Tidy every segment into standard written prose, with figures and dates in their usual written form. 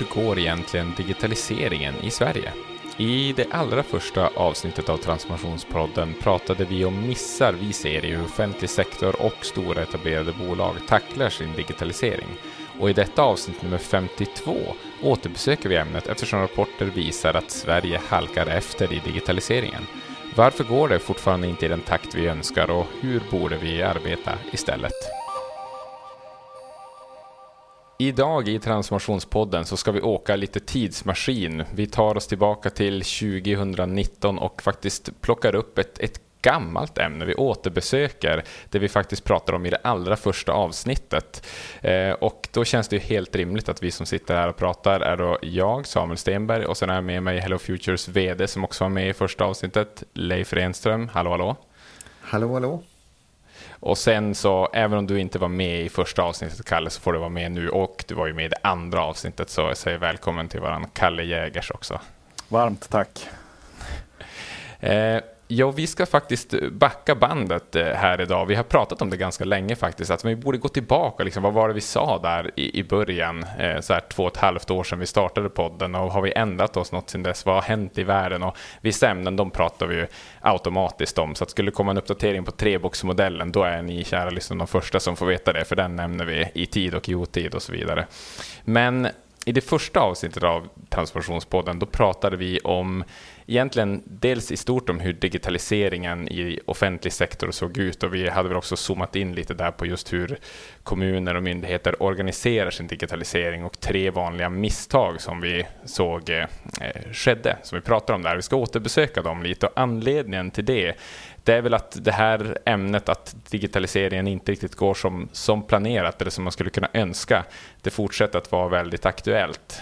går egentligen digitaliseringen i Sverige? I det allra första avsnittet av Transformationspodden pratade vi om missar vi ser i hur offentlig sektor och stora etablerade bolag tacklar sin digitalisering. Och i detta avsnitt nummer 52 återbesöker vi ämnet eftersom rapporter visar att Sverige halkar efter i digitaliseringen. Varför går det fortfarande inte i den takt vi önskar och hur borde vi arbeta istället? Idag i Transformationspodden så ska vi åka lite tidsmaskin. Vi tar oss tillbaka till 2019 och faktiskt plockar upp ett gammalt ämne. Vi återbesöker det vi faktiskt pratar om i det allra första avsnittet. Och då känns det ju helt rimligt att vi som sitter här och pratar är då jag, Samuel Stenberg, och sen är jag med mig Hello Futures vd som också var med i första avsnittet, Leif Renström. Hallå, hallå. Hallå, hallå. Och sen så, även om du inte var med i första avsnittet, Kalle, så får du vara med nu. Och du var ju med i det andra avsnittet, så jag säger välkommen till våran Kalle Jägers också. Varmt tack. Ja, vi ska faktiskt backa bandet här idag. Vi har pratat om det ganska länge faktiskt. Att vi borde gå tillbaka. Liksom, vad var det vi sa där i början? Så här 2,5 år sedan vi startade podden. Och har vi ändrat oss något sedan dess? Vad har hänt i världen? Och vissa ämnen, de pratar vi ju automatiskt om. Så att skulle det komma en uppdatering på treboxmodellen, då är ni, kära lyssnare, de första som får veta det. För den nämner vi i tid och i otid och så vidare. Men i det första avsnittet av Transformationspodden, då pratade vi om egentligen dels i stort om hur digitaliseringen i offentlig sektor såg ut, och vi hade väl också zoomat in lite där på just hur kommuner och myndigheter organiserar sin digitalisering och 3 vanliga misstag som vi såg skedde, som vi pratar om där. Vi ska återbesöka dem lite, och anledningen till det är väl att det här ämnet, att digitaliseringen inte riktigt går som planerat eller som man skulle kunna önska, det fortsätter att vara väldigt aktuellt.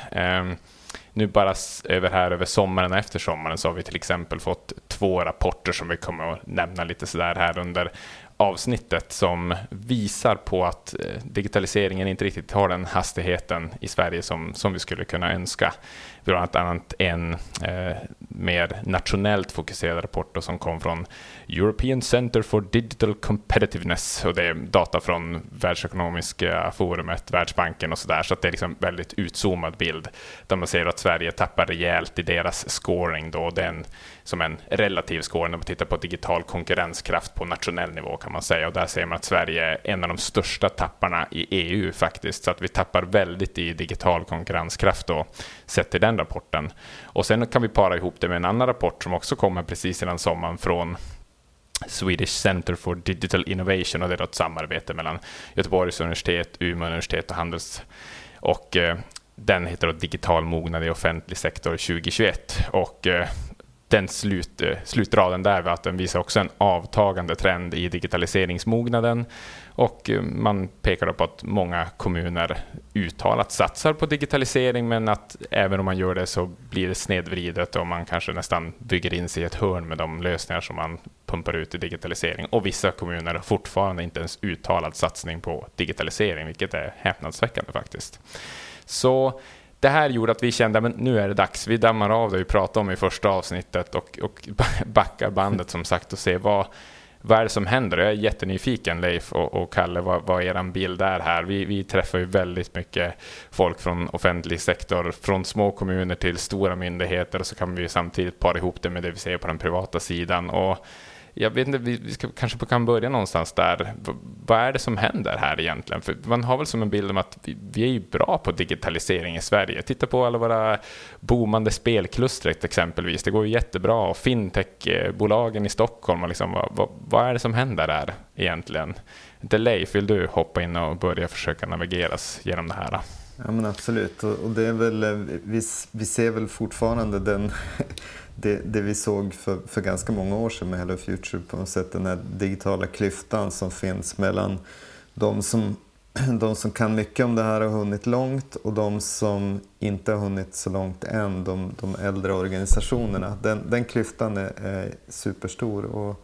Nu bara över sommaren och efter sommaren så har vi till exempel fått 2 rapporter som vi kommer att nämna lite sådär här under avsnittet, som visar på att digitaliseringen inte riktigt har den hastigheten i Sverige som vi skulle kunna önska. Bland annat en mer nationellt fokuserad rapport som kom från European Center for Digital Competitiveness, och det är data från Världsekonomiska forumet, Världsbanken och sådär, så att det är liksom väldigt utzoomad bild där man ser att Sverige tappar rejält i deras scoring då. Den som en relativ score när man tittar på digital konkurrenskraft på nationell nivå, kan man säga, och där ser man att Sverige är en av de största tapparna i EU faktiskt, så att vi tappar väldigt i digital konkurrenskraft då, sett till den rapporten. Och sen kan vi para ihop det med en annan rapport som också kommer precis innan sommaren från Swedish Center for Digital Innovation, och det är ett samarbete mellan Göteborgs universitet, Umeå universitet och Handels, och den heter då Digital mognad i offentlig sektor 2021, och den slutraden där var att den visar också en avtagande trend i digitaliseringsmognaden, och man pekar på att många kommuner uttalat satsar på digitalisering, men att även om man gör det så blir det snedvridet och man kanske nästan bygger in sig i ett hörn med de lösningar som man pumpar ut i digitalisering. Och vissa kommuner har fortfarande inte ens uttalad satsning på digitalisering, vilket är häpnadsväckande faktiskt. Så det här gjorde att vi kände att nu är det dags. Vi dammar av det vi pratade om i första avsnittet och backar bandet som sagt och ser vad är det som händer. Jag är jättenyfiken, Leif och Kalle, vad er bild är här. Vi träffar ju väldigt mycket folk från offentlig sektor, från små kommuner till stora myndigheter, och så kan vi samtidigt para ihop det med det vi ser på den privata sidan. Och jag vet inte, vi kanske kan börja någonstans där. Vad är det som händer här egentligen? För man har väl som en bild om att vi är ju bra på digitalisering i Sverige. Titta på alla våra boomande spelklustret exempelvis. Det går ju jättebra. Och fintechbolagen i Stockholm. Och liksom, vad är det som händer där egentligen? Leif, vill du hoppa in och börja försöka navigeras genom det här? Ja, men absolut. Och det är väl, vi ser väl fortfarande det vi såg för ganska många år sedan med Hello Future, på något sätt den här digitala klyftan som finns mellan de som kan mycket om det här och har hunnit långt, och de som inte har hunnit så långt än, de äldre organisationerna. Den klyftan är superstor, och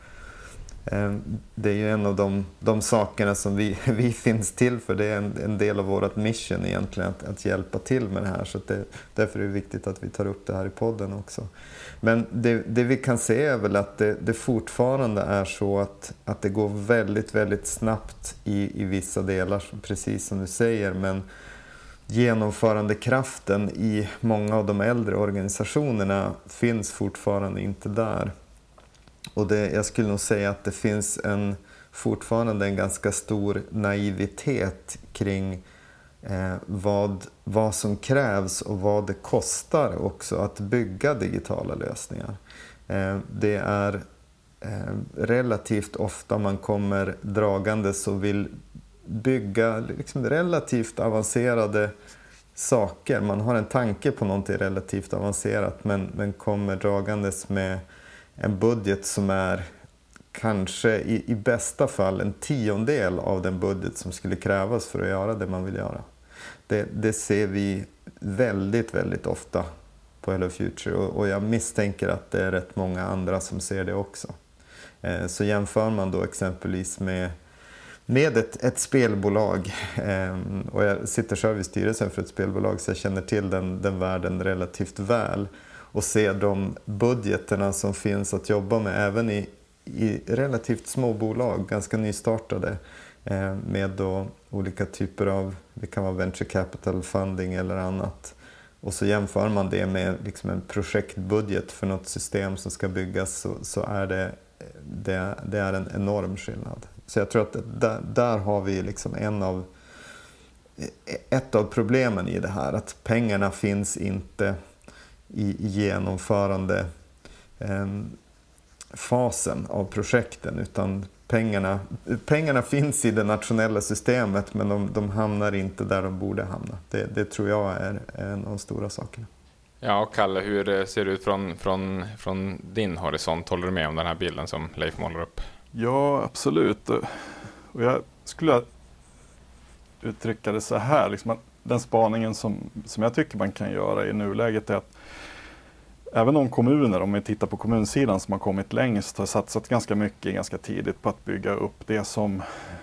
det är ju en av de sakerna som vi finns till för. Det är en del av vårt mission egentligen, att hjälpa till med det här. Så därför är det viktigt att vi tar upp det här i podden också. Men det vi kan se är väl att det fortfarande är så att det går väldigt, väldigt snabbt i vissa delar, precis som du säger. Men genomförandekraften i många av de äldre organisationerna finns fortfarande inte där. Och jag skulle nog säga att det finns fortfarande en ganska stor naivitet kring vad som krävs och vad det kostar också att bygga digitala lösningar. Det är relativt ofta man kommer dragandes och vill bygga liksom relativt avancerade saker. Man har en tanke på någonting relativt avancerat men kommer dragandes med en budget som är kanske i bästa fall en 10% av den budget som skulle krävas för att göra det man vill göra. Det ser vi väldigt, väldigt ofta på Hello Future och jag misstänker att det är rätt många andra som ser det också. Så jämför man då exempelvis med ett spelbolag, och jag sitter själv i styrelsen för ett spelbolag så jag känner till den världen relativt väl och ser de budgeterna som finns att jobba med även i relativt små bolag, ganska nystartade, med då olika typer av, det kan vara venture capital funding eller annat. Och så jämför man det med liksom en projektbudget för något system som ska byggas så är det är en enorm skillnad. Så jag tror att där har vi liksom ett av problemen i det här, att pengarna finns inte i genomförande fasen av projekten, utan pengarna finns i det nationella systemet men de hamnar inte där de borde hamna. Det tror jag är en av de stora sakerna. Ja, Kalle, hur ser det ut från din horisont? Håller du med om den här bilden som Leif målar upp? Ja, absolut. Och jag skulle uttrycka det så här, liksom att den spaningen som jag tycker man kan göra i nuläget är att även om kommuner, om vi tittar på kommunsidan som har kommit längst, har satsat ganska mycket ganska tidigt på att bygga upp det som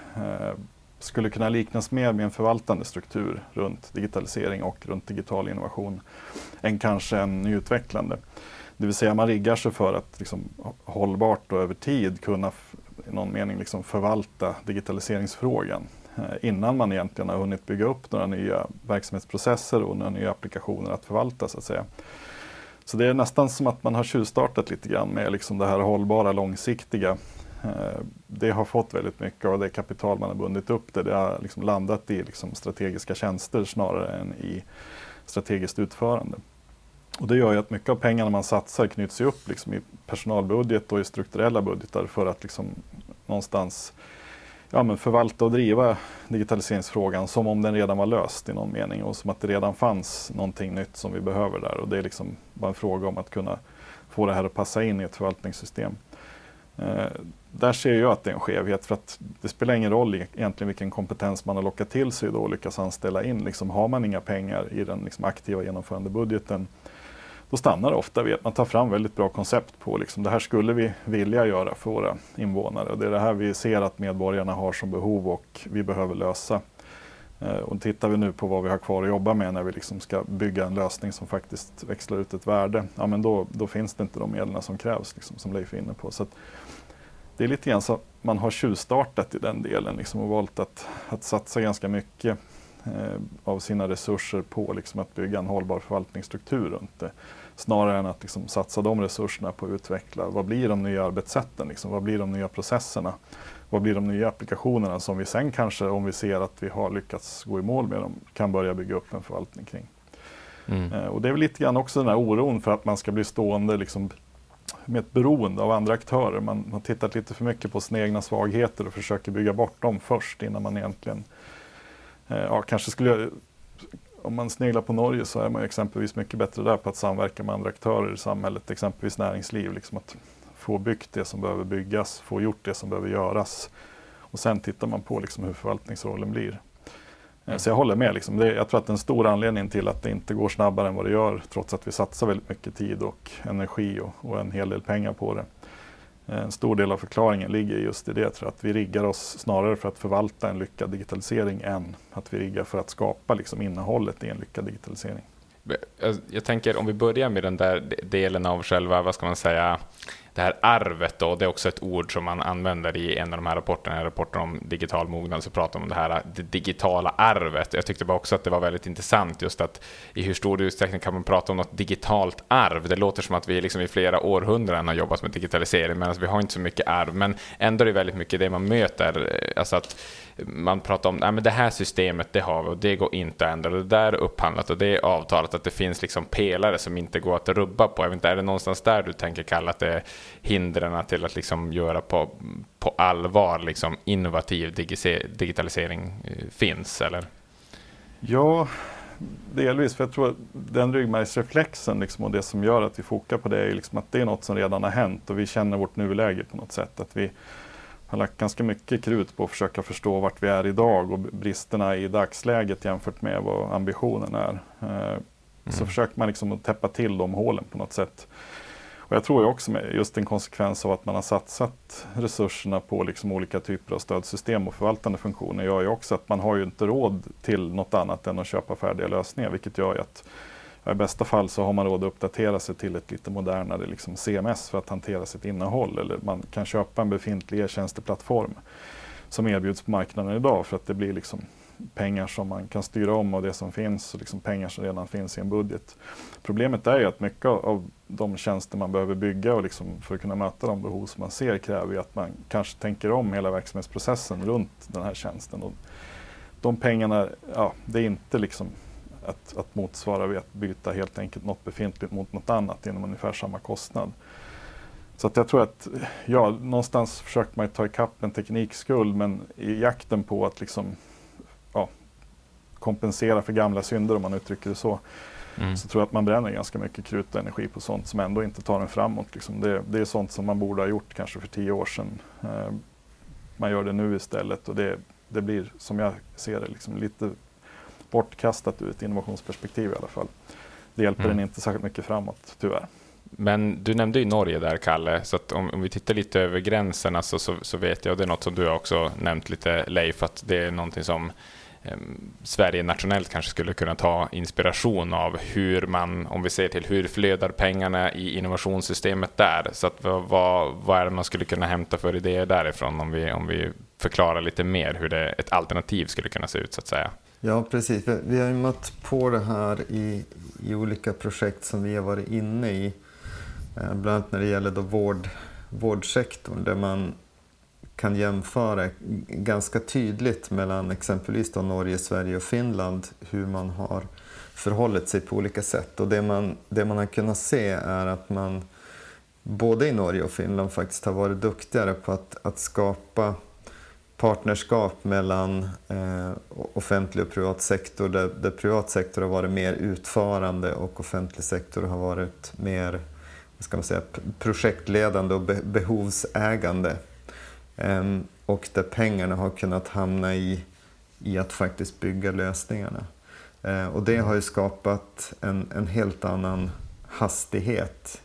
skulle kunna liknas mer med en förvaltande struktur runt digitalisering och runt digital innovation än kanske en nyutvecklande. Det vill säga man riggar sig för att liksom hållbart och över tid kunna i någon mening liksom förvalta digitaliseringsfrågan innan man egentligen har hunnit bygga upp några nya verksamhetsprocesser och några nya applikationer att förvalta så att säga. Så det är nästan som att man har tjuvstartat lite grann med liksom det här hållbara, långsiktiga. Det har fått väldigt mycket av det kapital man har bundit upp det. Det har liksom landat i liksom strategiska tjänster snarare än i strategiskt utförande. Och det gör ju att mycket av pengarna man satsar knyts upp liksom i personalbudget och i strukturella budgetar för att liksom någonstans förvalta och driva digitaliseringsfrågan som om den redan var löst i någon mening och som att det redan fanns någonting nytt som vi behöver där. Och det är liksom bara en fråga om att kunna få det här att passa in i ett förvaltningssystem. Där ser jag att det är en skevhet, för att det spelar ingen roll egentligen vilken kompetens man har lockat till sig och lyckas anställa in. Liksom, har man inga pengar i den liksom aktiva genomförande budgeten, då stannar det ofta vid att man tar fram väldigt bra koncept på liksom, det här skulle vi vilja göra för våra invånare. Och det är det här vi ser att medborgarna har som behov och vi behöver lösa. Och tittar vi nu på vad vi har kvar att jobba med när vi liksom ska bygga en lösning som faktiskt växlar ut ett värde, ja, men då finns det inte de medlen som krävs liksom, som Leif är inne på. Så att det är lite grann så att man har tjuvstartat i den delen liksom, och valt att satsa ganska mycket av sina resurser på liksom, att bygga en hållbar förvaltningsstruktur runt det. Snarare än att liksom, satsa de resurserna på att utveckla vad blir de nya arbetssätten, liksom, vad blir de nya processerna, vad blir de nya applikationerna som vi sen kanske, om vi ser att vi har lyckats gå i mål med dem, kan börja bygga upp en förvaltning kring. Och det är väl lite grann också den här oron för att man ska bli stående liksom, med ett beroende av andra aktörer. Man har tittat lite för mycket på sina egna svagheter och försöker bygga bort dem först innan man egentligen kanske skulle, om man sneglar på Norge så är man exempelvis mycket bättre där på att samverka med andra aktörer i samhället, exempelvis näringsliv, liksom att få byggt det som behöver byggas, få gjort det som behöver göras och sen tittar man på liksom hur förvaltningsrollen blir. Så jag håller med. Liksom. Jag tror att en stor anledning till att det inte går snabbare än vad det gör, trots att vi satsar väldigt mycket tid och energi och en hel del pengar på det. En stor del av förklaringen ligger just i det. Jag tror att vi riggar oss snarare för att förvalta en lyckad digitalisering än att vi riggar för att skapa liksom, innehållet i en lyckad digitalisering. Jag tänker om vi börjar med den där delen av själva, vad ska man säga, det här arvet då, det är också ett ord som man använder i en av de här rapporterna, rapporten om digital mognad, så pratar man om det digitala arvet. Jag tyckte bara också att det var väldigt intressant just att i hur stor utsträckning kan man prata om något digitalt arv. Det låter som att vi liksom i flera århundraden har jobbat med digitalisering, men alltså vi har inte så mycket arv, men ändå är det väldigt mycket det man möter, alltså att man pratar om men det här systemet, det har vi och det går inte att ändra, det där är upphandlat och det är avtalat, att det finns liksom pelare som inte går att rubba på. Jag vet inte, är det någonstans där du tänker, Kalle, att det är hindren till att liksom göra på allvar liksom innovativ digitalisering finns, eller? Ja, delvis, för jag tror att den ryggmärgsreflexen liksom, och det som gör att vi fokar på det är liksom att det är något som redan har hänt och vi känner vårt nuläge på något sätt, att vi har lagt ganska mycket krut på att försöka förstå vart vi är idag och bristerna i dagsläget jämfört med vad ambitionen är. Så försöker man liksom att täppa till de hålen på något sätt. Och jag tror också med just en konsekvens av att man har satsat resurserna på liksom olika typer av stödsystem och förvaltande funktioner gör ju också att man har ju inte råd till något annat än att köpa färdiga lösningar, vilket gör ju att i bästa fall så har man råd att uppdatera sig till ett lite modernare liksom CMS för att hantera sitt innehåll, eller man kan köpa en befintlig e-tjänsteplattform som erbjuds på marknaden idag, för att det blir liksom pengar som man kan styra om och det som finns och liksom pengar som redan finns i en budget. Problemet är ju att mycket av de tjänster man behöver bygga och liksom för att kunna möta de behov som man ser kräver ju att man kanske tänker om hela verksamhetsprocessen runt den här tjänsten. Och de pengarna, det är inte liksom att motsvara vid att byta helt enkelt något befintligt mot något annat inom ungefär samma kostnad. Så att jag tror att någonstans försöker man ta ikapp en teknikskuld, men i jakten på att liksom, kompensera för gamla synder, om man uttrycker det så, så tror jag att man bränner ganska mycket krut och energi på sånt som ändå inte tar en framåt. Liksom det är sånt som man borde ha gjort kanske för 10 år sedan. Man gör det nu istället och det blir, som jag ser det, liksom lite bortkastat ur ett innovationsperspektiv i alla fall. Det hjälper den inte särskilt mycket framåt, tyvärr. Men du nämnde ju Norge där, Kalle, så att om vi tittar lite över gränserna så vet jag, och det är något som du har också nämnt lite, Leif, att det är någonting som Sverige nationellt kanske skulle kunna ta inspiration av, hur man, om vi ser till hur flödar pengarna i innovationssystemet där, så att vad är det man skulle kunna hämta för idéer därifrån, om vi förklarar lite mer hur ett alternativ skulle kunna se ut, så att säga. Ja, precis. Vi har ju mött på det här i olika projekt som vi har varit inne i, bland annat när det gäller då vårdsektorn, där man kan jämföra ganska tydligt mellan exempelvis då Norge, Sverige och Finland, hur man har förhållit sig på olika sätt. Och det man har kunnat se är att man både i Norge och Finland faktiskt har varit duktigare på att skapa partnerskap mellan offentlig och privat sektor, där privat sektor har varit mer utförande och offentlig sektor har varit mer, vad ska man säga, projektledande och behovsägande. Och där pengarna har kunnat hamna i att faktiskt bygga lösningarna. Och det har ju skapat en helt annan hastighet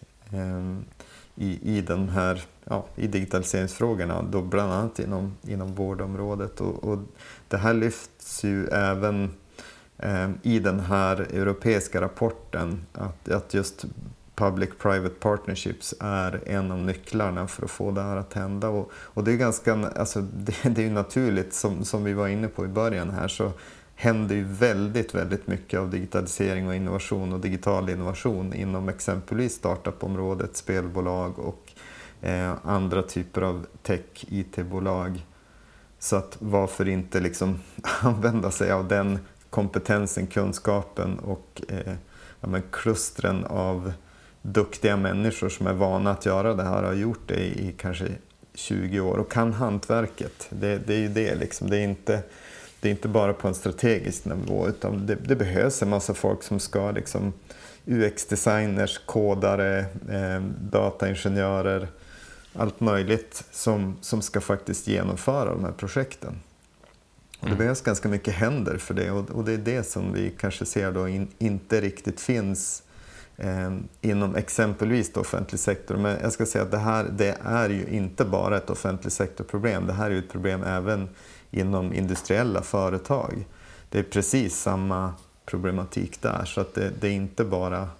i den här, i digitaliseringsfrågorna, då bland annat inom vårdområdet. Och det här lyfts ju även i den här europeiska rapporten, att just public-private partnerships är en av nycklarna för att få det här att hända. Och det är ganska, alltså det är ju naturligt, som vi var inne på i början här, så händer ju väldigt, väldigt mycket av digitalisering och innovation och digital innovation inom exempelvis startup-området, spelbolag och andra typer av tech-IT-bolag. Så att varför inte liksom använda sig av den kompetensen, kunskapen och klustren av duktiga människor som är vana att göra det här, har gjort det i kanske 20 år och kan hantverket. Det är ju det liksom. Det är inte bara på en strategisk nivå, utan det behövs en massa folk som ska liksom, UX-designers, kodare, dataingenjörer, allt möjligt som ska faktiskt genomföra de här projekten. Och det behövs ganska mycket händer för det, och det är det som vi kanske ser då inte riktigt finns inom exempelvis då offentlig sektor. Men jag ska säga att det är ju inte bara ett offentlig sektorproblem. Det här är ju ett problem även inom industriella företag. Det är precis samma problematik där, så att det är inte bara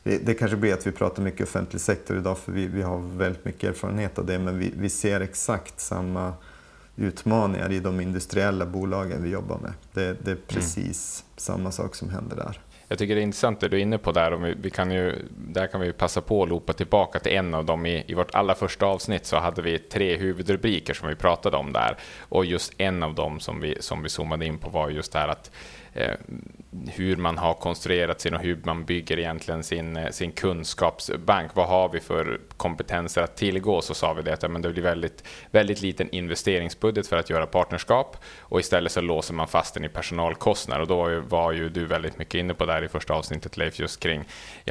det kanske blir att vi pratar mycket offentlig sektor idag för vi har väldigt mycket erfarenhet av det, men vi ser exakt samma utmaningar i de industriella bolagen vi jobbar med. Det är precis samma sak som händer där. Jag tycker det är intressant det du är inne på där. Där kan vi passa på att loopa tillbaka till en av dem. I vårt allra första avsnitt så hade vi 3 huvudrubriker som vi pratade om där. Och just en av dem som vi zoomade in på var just det här att hur man har konstruerat sin och hur man bygger egentligen sin kunskapsbank. Vad har vi för kompetenser att tillgå? Så sa vi det att det blir väldigt, väldigt liten investeringsbudget för att göra partnerskap och istället så låser man fast den i personalkostnader. Och då var ju du väldigt mycket inne på där i första avsnittet, Leif, just kring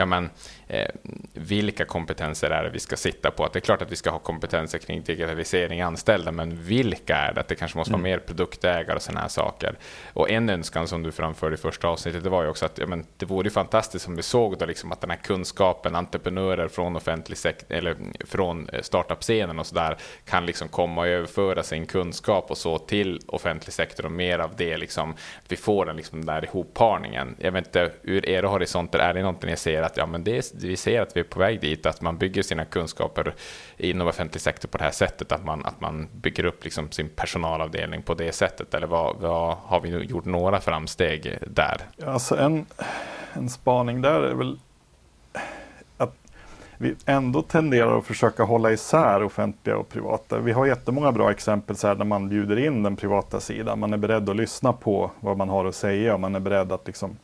vilka kompetenser är det vi ska sitta på? Att det är klart att vi ska ha kompetenser kring digitalisering anställda, men vilka är det? Att det kanske måste vara mer produktägare och sådana här saker. Och en önskan som du framförde i första avsnittet, det var ju också att det vore fantastiskt om vi såg då liksom att den här kunskapen, entreprenörer från offentlig sektor eller från startup-scenen och sådär kan liksom komma och överföra sin kunskap och så till offentlig sektor och mer av det liksom, att vi får den liksom där ihopparningen. Jag vet inte, ur era horisonter, är det någonting ni ser att vi ser att vi är på väg dit, att man bygger sina kunskaper inom offentlig sektor på det här sättet, att man bygger upp liksom sin personalavdelning på det sättet, eller vad har vi nu gjort några framsteg där? Alltså en spaning där är väl att vi ändå tenderar att försöka hålla isär offentliga och privata. Vi har jättemånga bra exempel så här, där man bjuder in den privata sidan. Man är beredd att lyssna på vad man har att säga och man är beredd att liksom,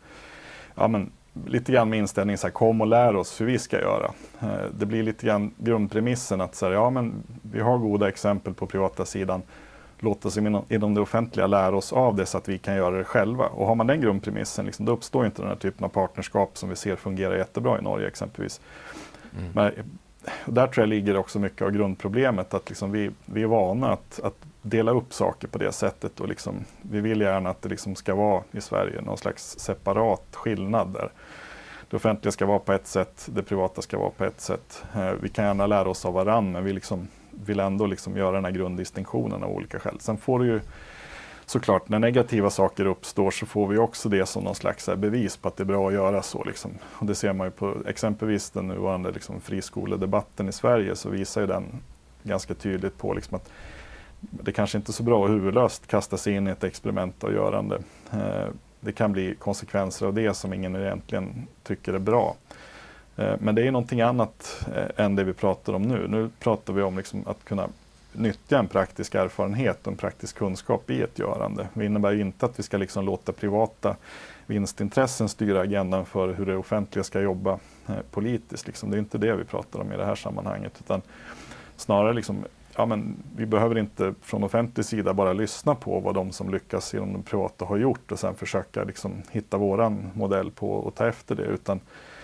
lite grann med inställning så här, kom och lär oss hur vi ska göra. Det blir lite grann grundpremissen att så här, vi har goda exempel på privata sidan. Låt oss inom det offentliga lära oss av det så att vi kan göra det själva. Och har man den grundpremissen, liksom, då uppstår inte den här typen av partnerskap som vi ser fungerar jättebra i Norge exempelvis. Men där tror jag ligger också mycket av grundproblemet, att liksom vi är vana att dela upp saker på det sättet och liksom, vi vill gärna att det liksom ska vara i Sverige någon slags separat skillnad där. Det offentliga ska vara på ett sätt, det privata ska vara på ett sätt. Vi kan gärna lära oss av varandra, men vi liksom vill ändå liksom göra den här grunddistinktionen av olika skäl. Sen får du ju såklart, när negativa saker uppstår så får vi också det som någon slags bevis på att det är bra att göra så. Liksom. Och det ser man ju på exempelvis den nuvarande liksom, friskoledebatten i Sverige, så visar ju den ganska tydligt på liksom, att det kanske inte är så bra och huvudlöst kasta sig in i ett experiment av görande. Det kan bli konsekvenser av det som ingen egentligen tycker är bra. Men det är någonting annat än det vi pratar om nu. Nu pratar vi om liksom att kunna nyttja en praktisk erfarenhet och en praktisk kunskap i ett görande. Det innebär ju inte att vi ska liksom låta privata vinstintressen styra agendan för hur det offentliga ska jobba politiskt. Liksom. Det är inte det vi pratar om i det här sammanhanget, utan snarare liksom, vi behöver inte från offentlig sida bara lyssna på vad de som lyckas inom det privata har gjort och sen försöka liksom hitta våran modell på och ta efter det, utan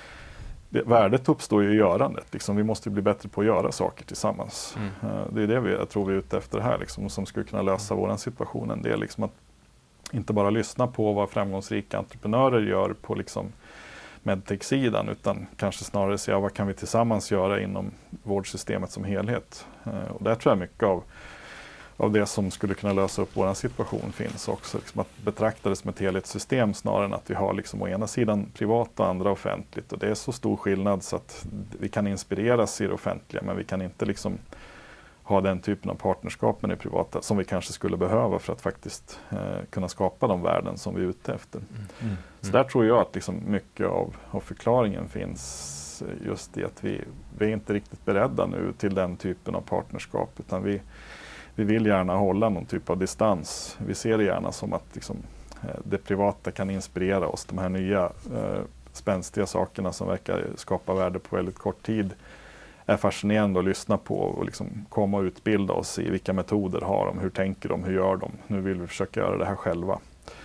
värdet uppstår ju i görandet. Liksom, vi måste bli bättre på att göra saker tillsammans. Det är det jag tror vi är ute efter här, liksom, som skulle kunna lösa vår situation. Det är liksom att inte bara lyssna på vad framgångsrika entreprenörer gör på liksom medtech-sidan, utan kanske snarare se vad kan vi tillsammans göra inom vårdsystemet som helhet. Och där tror jag mycket av det som skulle kunna lösa upp vår situation finns också. Liksom att betrakta det som ett helhetssystem snarare än att vi har liksom å ena sidan privat och andra offentligt. Och det är så stor skillnad så att vi kan inspireras i det offentliga, men vi kan inte liksom ha den typen av partnerskap med det privata som vi kanske skulle behöva för att faktiskt kunna skapa de värden som vi är ute efter. Så där tror jag att liksom mycket av förklaringen finns just i att vi är inte riktigt beredda nu till den typen av partnerskap, utan vi vill gärna hålla någon typ av distans. Vi ser det gärna som att liksom, det privata kan inspirera oss. De här nya spänstiga sakerna som verkar skapa värde på väldigt kort tid är fascinerande att lyssna på och liksom komma och utbilda oss i vilka metoder har de, hur tänker de, hur gör de. Nu vill vi försöka göra det här själva.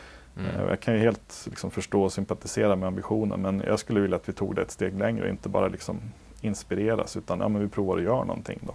Jag kan ju helt liksom förstå och sympatisera med ambitionen, men jag skulle vilja att vi tog det ett steg längre och inte bara liksom inspireras, utan vi provar att göra någonting då.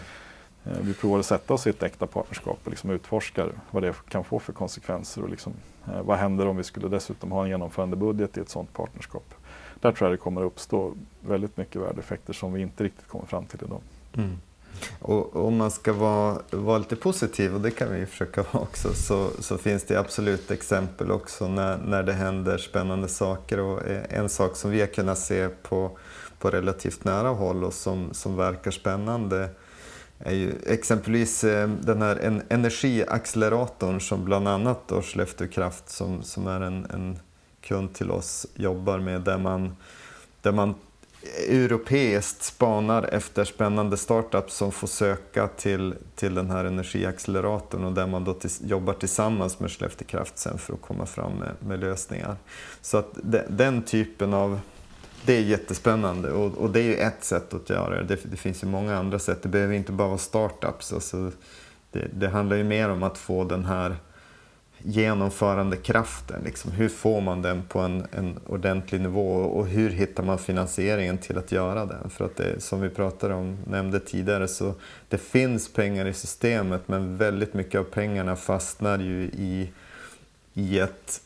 Vi provar att sätta oss i ett äkta partnerskap och liksom utforskar vad det kan få för konsekvenser och liksom, vad händer om vi skulle dessutom ha en genomförande budget i ett sådant partnerskap. Där tror jag det kommer att uppstå väldigt mycket värdeeffekter som vi inte riktigt kommer fram till idag. Och om man ska vara lite positiv, och det kan vi försöka vara också, så finns det absolut exempel också när det händer spännande saker. Och en sak som vi har kunnat se på relativt nära håll och som verkar spännande är ju exempelvis den här energiacceleratorn som bland annat då Skellefteå Kraft som är en kund till oss jobbar med, där man europeiskt spanar efter spännande startups som får söka till den här energiacceleratorn, och där man då jobbar tillsammans med Skellefteå Kraft sen för att komma fram med lösningar. Så att den typen av, det är jättespännande, och det är ju ett sätt att göra det. Det finns ju många andra sätt, det behöver inte bara vara startups. Alltså det handlar ju mer om att få den här genomförande kraften. Liksom. Hur får man den på en ordentlig nivå, och hur hittar man finansieringen till att göra den? För att det, som vi nämnde tidigare, så det finns pengar i systemet, men väldigt mycket av pengarna fastnar ju i ett,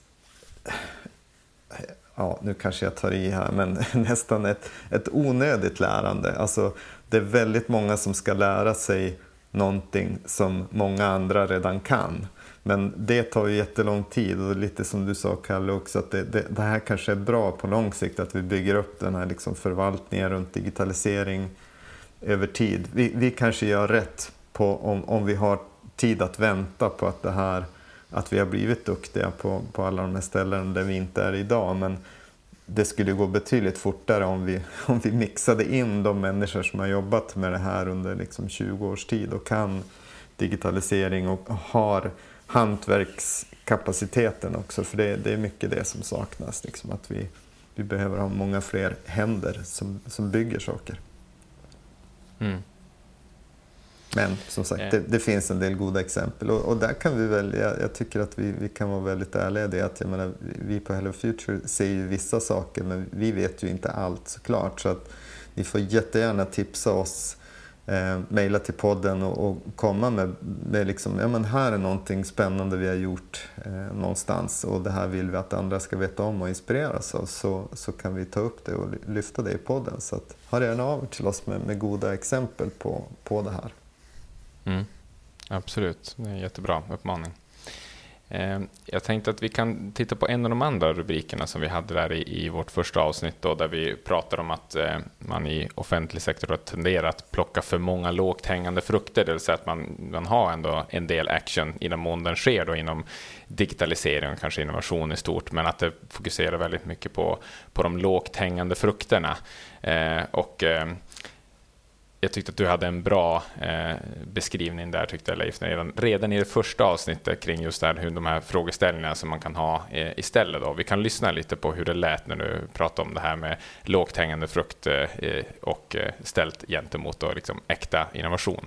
ja, nu kanske jag tar i här, men nästan ett onödigt lärande. Alltså, det är väldigt många som ska lära sig någonting som många andra redan kan. Men det tar ju jättelång tid, och lite som du sa, Kalle, också, att det här kanske är bra på lång sikt, att vi bygger upp den här liksom förvaltningen runt digitalisering över tid. Vi kanske gör rätt om vi har tid att vänta på att vi har blivit duktiga på alla de här ställena där vi inte är idag, men det skulle gå betydligt fortare om vi mixade in de människor som har jobbat med det här under liksom 20 års tid och kan digitalisering och har hantverkskapaciteten också, för det är mycket det som saknas, liksom, att vi behöver ha många fler händer som bygger saker. Mm. Men som sagt, det finns en del goda exempel, och där kan vi väl, jag tycker att vi kan vara väldigt ärliga i det, att jag menar, vi på Hello Future ser ju vissa saker, men vi vet ju inte allt såklart, så att ni får jättegärna tipsa oss, mejla till podden och komma med liksom, ja men här är någonting spännande vi har gjort någonstans, och det här vill vi att andra ska veta om och inspireras av, så kan vi ta upp det och lyfta det i podden. Så att, hör gärna av till oss med goda exempel på det här. Mm, absolut, det är en jättebra uppmaning. Jag tänkte att vi kan titta på en av de andra rubrikerna som vi hade där i vårt första avsnitt då, där vi pratar om att man i offentlig sektor har tenderat att plocka för många lågt hängande frukter, det vill säga att man har ändå en del action i den mån den sker då inom digitalisering och kanske innovation i stort, men att det fokuserar väldigt mycket på de lågt hängande frukterna. Jag tyckte att du hade en bra beskrivning där, tyckte jag, Leif, redan i det första avsnittet kring just där, hur de här frågeställningarna som man kan ha istället då. Vi kan lyssna lite på hur det lät när du pratade om det här med lågt hängande frukt och ställt gentemot då, liksom, äkta innovation.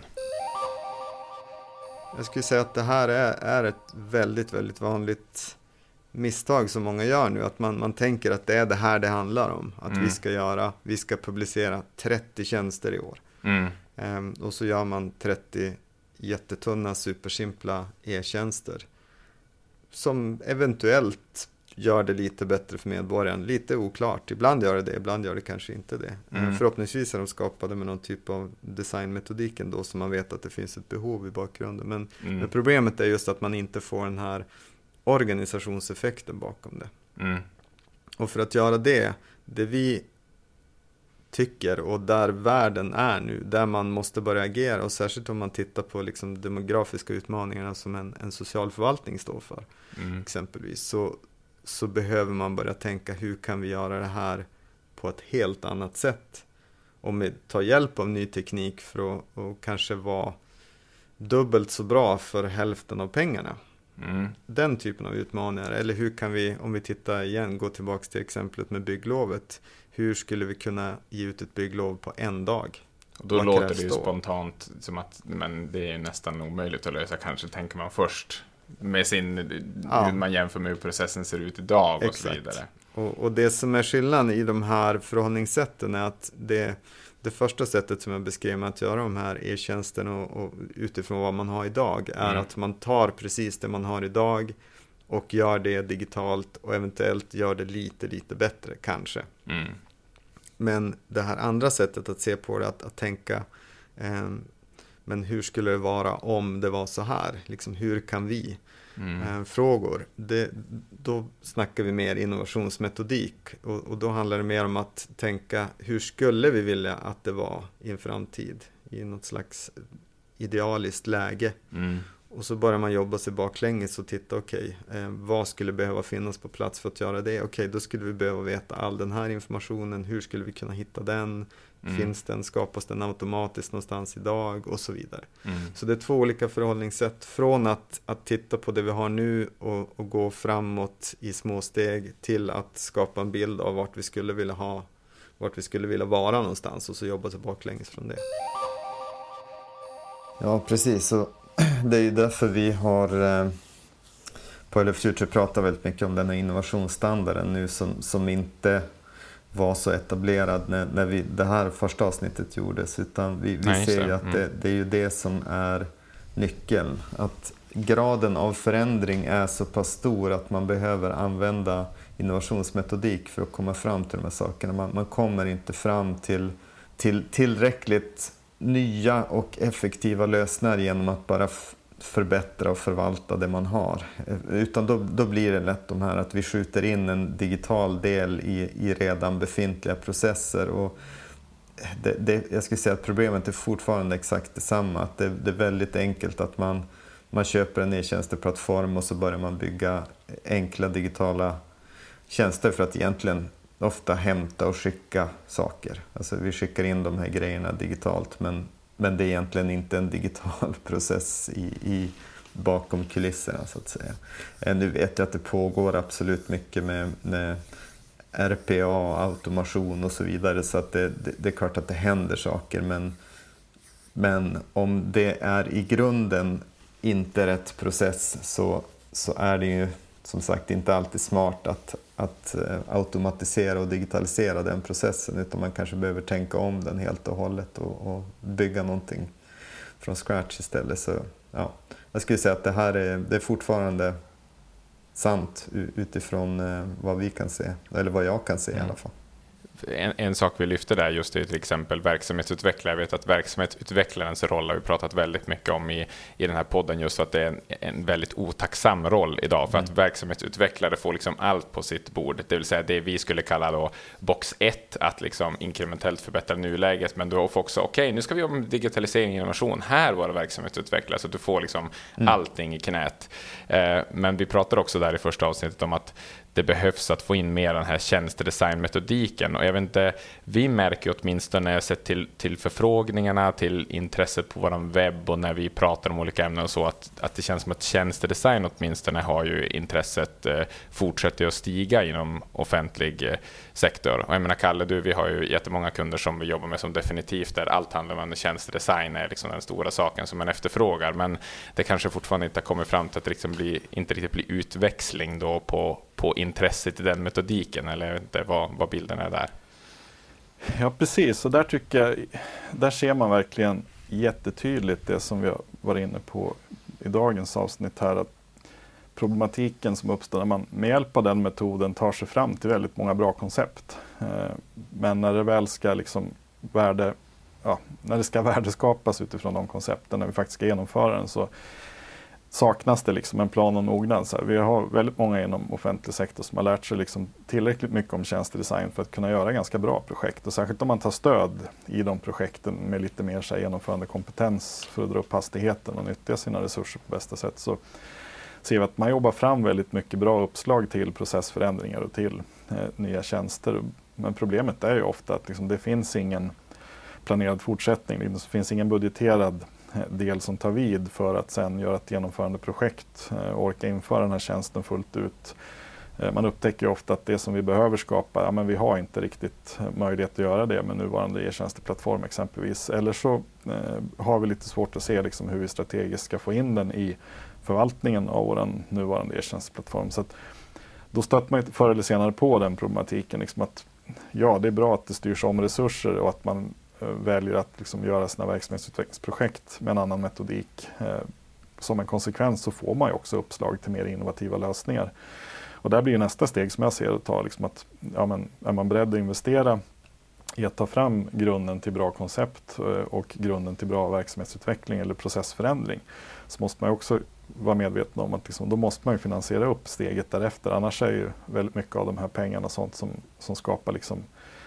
Jag skulle säga att det här är ett väldigt, väldigt vanligt misstag som många gör nu, att man tänker att det är det här det handlar om, att vi ska publicera 30 tjänster i år. Och så gör man 30 jättetunna, supersimpla e-tjänster som eventuellt gör det lite bättre för medborgaren. Lite oklart. Ibland gör det, ibland gör det kanske inte det. Förhoppningsvis är de skapade med någon typ av designmetodik ändå, så man vet att det finns ett behov i bakgrunden. Men problemet är just att man inte får den här organisationseffekten bakom det. Och för att göra det vi tycker, och där världen är nu, där man måste börja agera, och särskilt om man tittar på liksom demografiska utmaningarna som en social förvaltning står för, exempelvis, så behöver man börja tänka, hur kan vi göra det här på ett helt annat sätt, och ta hjälp av ny teknik för att kanske vara dubbelt så bra för hälften av pengarna. Den typen av utmaningar. Eller hur kan vi, om vi tittar igen, gå tillbaka till exemplet med bygglovet, hur skulle vi kunna ge ut ett bygglov på en dag? Och då låter det ju spontant som att men det är nästan omöjligt att lösa, kanske, tänker man först med hur man jämför med hur processen ser ut idag. Exakt. Och så vidare. Och det som är skillnaden i de här förhållningssätten är att det första sättet som jag beskrev med att göra de här e-tjänsterna och utifrån vad man har idag är att man tar precis det man har idag och gör det digitalt och eventuellt gör det lite bättre kanske. Men det här andra sättet att se på det, att tänka men hur skulle det vara om det var så här? Liksom, hur kan vi? Frågor. Då snackar vi mer innovationsmetodik, och då handlar det mer om att tänka, hur skulle vi vilja att det var i en framtid, i något slags idealiskt läge. Och så börjar man jobba sig baklänges och titta, vad skulle behöva finnas på plats för att göra det? Då skulle vi behöva veta all den här informationen. Hur skulle vi kunna hitta den? Finns den? Skapas den automatiskt någonstans idag? Och så vidare. Så det är 2 olika förhållningssätt. Från att titta på det vi har nu och gå framåt i små steg, till att skapa en bild av vart vi skulle vilja vara någonstans, och så jobba sig baklänges från det. Ja, precis. Så det är ju därför vi har på Hello Future pratat väldigt mycket om den här innovationsstandarden nu, som inte var så etablerad när det här första avsnittet gjordes, utan vi ser ju att det är ju det som är nyckeln. Att graden av förändring är så pass stor att man behöver använda innovationsmetodik för att komma fram till de här sakerna. Man kommer inte fram till tillräckligt nya och effektiva lösningar genom att bara förbättra och förvalta det man har. Utan då blir det lätt de här att vi skjuter in en digital del i redan befintliga processer. Och jag skulle säga att problemet är fortfarande exakt detsamma. Att det är väldigt enkelt att man köper en e-tjänsteplattform och så börjar man bygga enkla digitala tjänster för att egentligen ofta hämta och skicka saker. Alltså vi skickar in de här grejerna digitalt, men det är egentligen inte en digital process bakom kulisserna, så att säga. Nu vet jag att det pågår absolut mycket med RPA, automation och så vidare, så att det är klart att det händer saker, men om det är i grunden inte rätt process, så är det ju som sagt inte alltid smart att automatisera och digitalisera den processen, utan man kanske behöver tänka om den helt och hållet och bygga någonting från scratch istället. Så ja, jag skulle säga att det här är fortfarande sant utifrån vad vi kan se, eller vad jag kan se i alla fall. En sak vi lyfter där just är till exempel verksamhetsutvecklare. Jag vet att verksamhetsutvecklarens roll har vi pratat väldigt mycket om i den här podden, just för att det är en väldigt otacksam roll idag, för att verksamhetsutvecklare får liksom allt på sitt bord. Det vill säga det vi skulle kalla då box 1, att liksom inkrementellt förbättra nuläget, men du får också nu ska vi jobba med digitalisering och innovation. Här var det verksamhetsutvecklare, så du får liksom allting i knät. Men vi pratar också där i första avsnittet om att det behövs att få in mer den här tjänstedesignmetodiken. Och jag vet inte, vi märker åtminstone när jag sett till förfrågningarna, till intresset på vår webb och när vi pratar om olika ämnen och så, att det känns som att tjänstedesign åtminstone har ju intresset fortsätter att stiga inom offentlig sektor. Och jag menar, Kalle, vi har ju jättemånga kunder som vi jobbar med som definitivt där allt handlar om tjänstedesign är liksom den stora saken som man efterfrågar, men det kanske fortfarande inte har kommit fram till att det liksom inte riktigt blir utväxling då på intresset i den metodiken, eller jag vet inte vad bilden är där. Ja, precis. Och där tycker jag, där ser man verkligen jättetydligt det som vi har varit inne på i dagens avsnitt här, att problematiken som uppstår när man med hjälp av den metoden tar sig fram till väldigt många bra koncept. Men när det väl ska liksom när det ska värdeskapas utifrån de koncepten, när vi faktiskt ska genomföra den, så saknas det liksom en plan och mognad. Så här, vi har väldigt många inom offentlig sektor som har lärt sig liksom tillräckligt mycket om tjänstedesign för att kunna göra ganska bra projekt. Och särskilt om man tar stöd i de projekten med lite mer så här, genomförande kompetens för att dra upp hastigheten och nyttja sina resurser på bästa sätt, så ser vi att man jobbar fram väldigt mycket bra uppslag till processförändringar och till nya tjänster. Men problemet är ju ofta att liksom, det finns ingen planerad fortsättning. Det finns ingen budgeterad del som tar vid för att sen göra ett genomförande projekt och orka införa den här tjänsten fullt ut. Man upptäcker ofta att det som vi behöver skapa, men vi har inte riktigt möjlighet att göra det med nuvarande e-tjänsteplattform exempelvis. Eller så har vi lite svårt att se liksom hur vi strategiskt ska få in den i förvaltningen av vår nuvarande e-tjänsteplattform. Så att då stöter man förr eller senare på den problematiken. Liksom att, ja, det är bra att det styrs om resurser och att man väljer att liksom göra sina verksamhetsutvecklingsprojekt med en annan metodik. Som en konsekvens så får man ju också uppslag till mer innovativa lösningar. Och där blir nästa steg som jag ser att ta liksom att, är man beredd att investera i att ta fram grunden till bra koncept och grunden till bra verksamhetsutveckling eller processförändring, så måste man också vara medveten om att liksom, då måste man ju finansiera upp steget därefter. Annars är ju väldigt mycket av de här pengarna sånt som skapar liksom,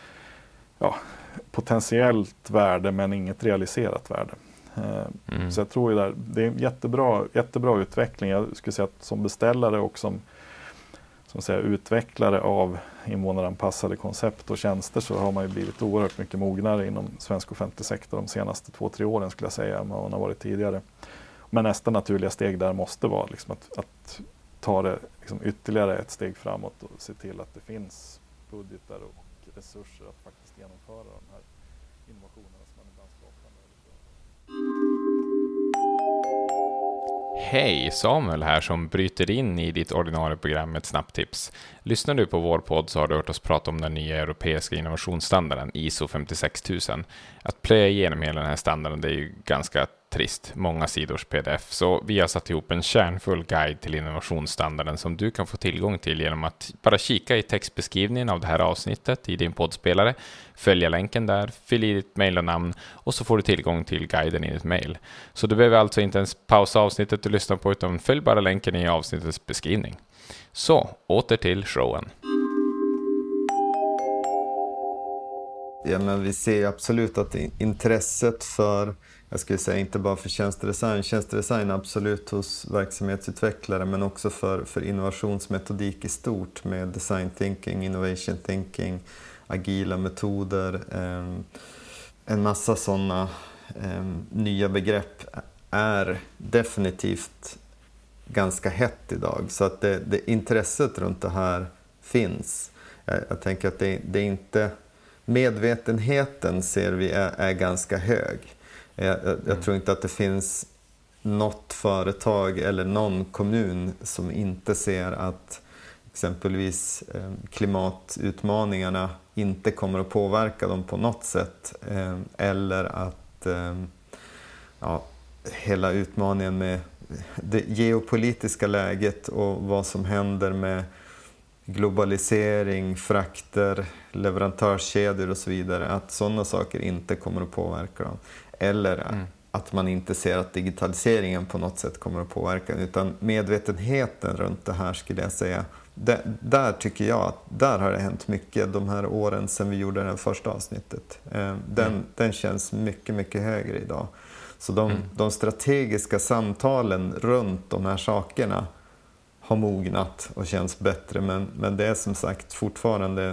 potentiellt värde men inget realiserat värde. Så jag tror ju det är en jättebra utveckling. Jag skulle säga att som beställare och som utvecklare av invånaranpassade koncept och tjänster så har man ju blivit oerhört mycket mognare inom svensk offentlig sektor de senaste 2-3 åren skulle jag säga än vad man har varit tidigare. Men nästa naturliga steg där måste vara liksom att ta det liksom ytterligare ett steg framåt och se till att det finns budgetar och resurser att faktiskt genomföra de här innovationerna som man ibland skapar. Hej, Samuel här som bryter in i ditt ordinarie program med ett snabbt tips. Lyssnar du på vår podd så har du hört oss prata om den nya europeiska innovationsstandarden ISO 56000. Att plöja igenom hela den här standarden, det är ju ganska trist, många sidors pdf. Så vi har satt ihop en kärnfull guide till innovationsstandarden som du kan få tillgång till genom att bara kika i textbeskrivningen av det här avsnittet i din poddspelare, följa länken där, fyll i ditt mejl och namn och så får du tillgång till guiden i ditt mejl. Så du behöver alltså inte ens pausa avsnittet du lyssnar på utan följ bara länken i avsnittets beskrivning. Så, åter till showen. Ja, men vi ser absolut att intresset för, jag skulle säga inte bara för tjänstedesign absolut hos verksamhetsutvecklare men också för innovationsmetodik i stort med design thinking, innovation thinking, agila metoder, en massa sådana nya begrepp är definitivt ganska hett idag. Så att det intresset runt det här finns. Jag tänker att det är inte, medvetenheten ser vi är ganska hög. Jag tror inte att det finns något företag eller någon kommun som inte ser att exempelvis klimatutmaningarna inte kommer att påverka dem på något sätt. Eller att hela utmaningen med det geopolitiska läget och vad som händer med globalisering, frakter, leverantörskedjor och så vidare, att sådana saker inte kommer att påverka dem. Eller att man inte ser att digitaliseringen på något sätt kommer att påverka den, utan medvetenheten runt det här skulle jag säga. Där tycker jag att där har det hänt mycket de här åren sedan vi gjorde det första avsnittet. Den känns mycket, mycket högre idag. Så de strategiska samtalen runt de här sakerna har mognat och känns bättre. Men det är som sagt fortfarande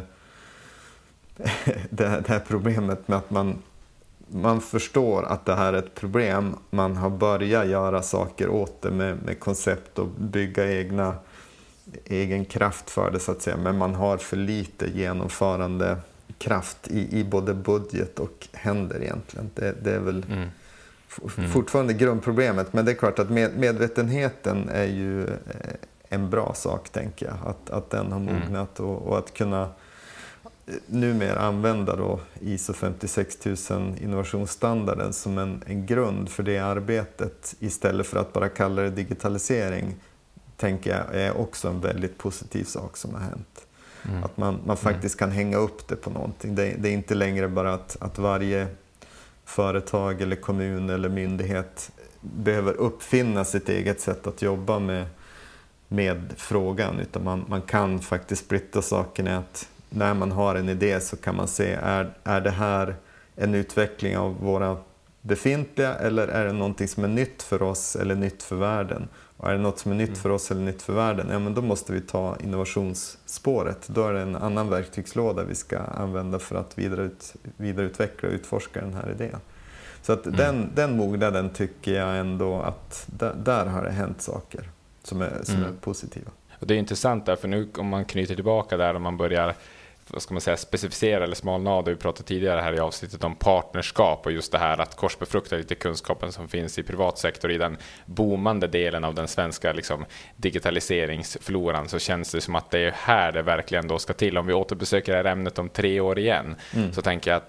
det här problemet med att man förstår att det här är ett problem. Man har börjat göra saker åt det med koncept och bygga egen kraft för det så att säga. Men man har för lite genomförande kraft i både budget och händer egentligen. Det är väl fortfarande grundproblemet. Men det är klart att medvetenheten är ju en bra sak, tänker jag. Att den har mognat och att kunna numera använda då ISO 56000 innovationsstandarden som en grund för det arbetet istället för att bara kalla det digitalisering, tänker jag är också en väldigt positiv sak som har hänt. Att man faktiskt kan hänga upp det på någonting. Det är inte längre bara att varje företag eller kommun eller myndighet behöver uppfinna sitt eget sätt att jobba med frågan, utan man kan faktiskt splitta saken i att när man har en idé så kan man se, är det här en utveckling av våra befintliga eller är det någonting som är nytt för oss eller nytt för världen? Och är det något som är nytt för oss eller nytt för världen, ja men då måste vi ta innovationsspåret. Då är det en annan verktygslåda vi ska använda för att vidareutveckla och utforska den här idén. Så att den mognaden tycker jag ändå att där har det hänt saker som är positiva. Och det är intressant där, för nu om man knyter tillbaka där och man börjar, vad ska man säga, specificera eller smalna av det vi pratade tidigare här i avsnittet om partnerskap och just det här att korsbefrukta lite kunskapen som finns i privatsektor i den boomande delen av den svenska liksom, digitaliseringsfloran, så känns det som att det är här det verkligen då ska till. Om vi återbesöker det här ämnet om 3 år igen så tänker jag att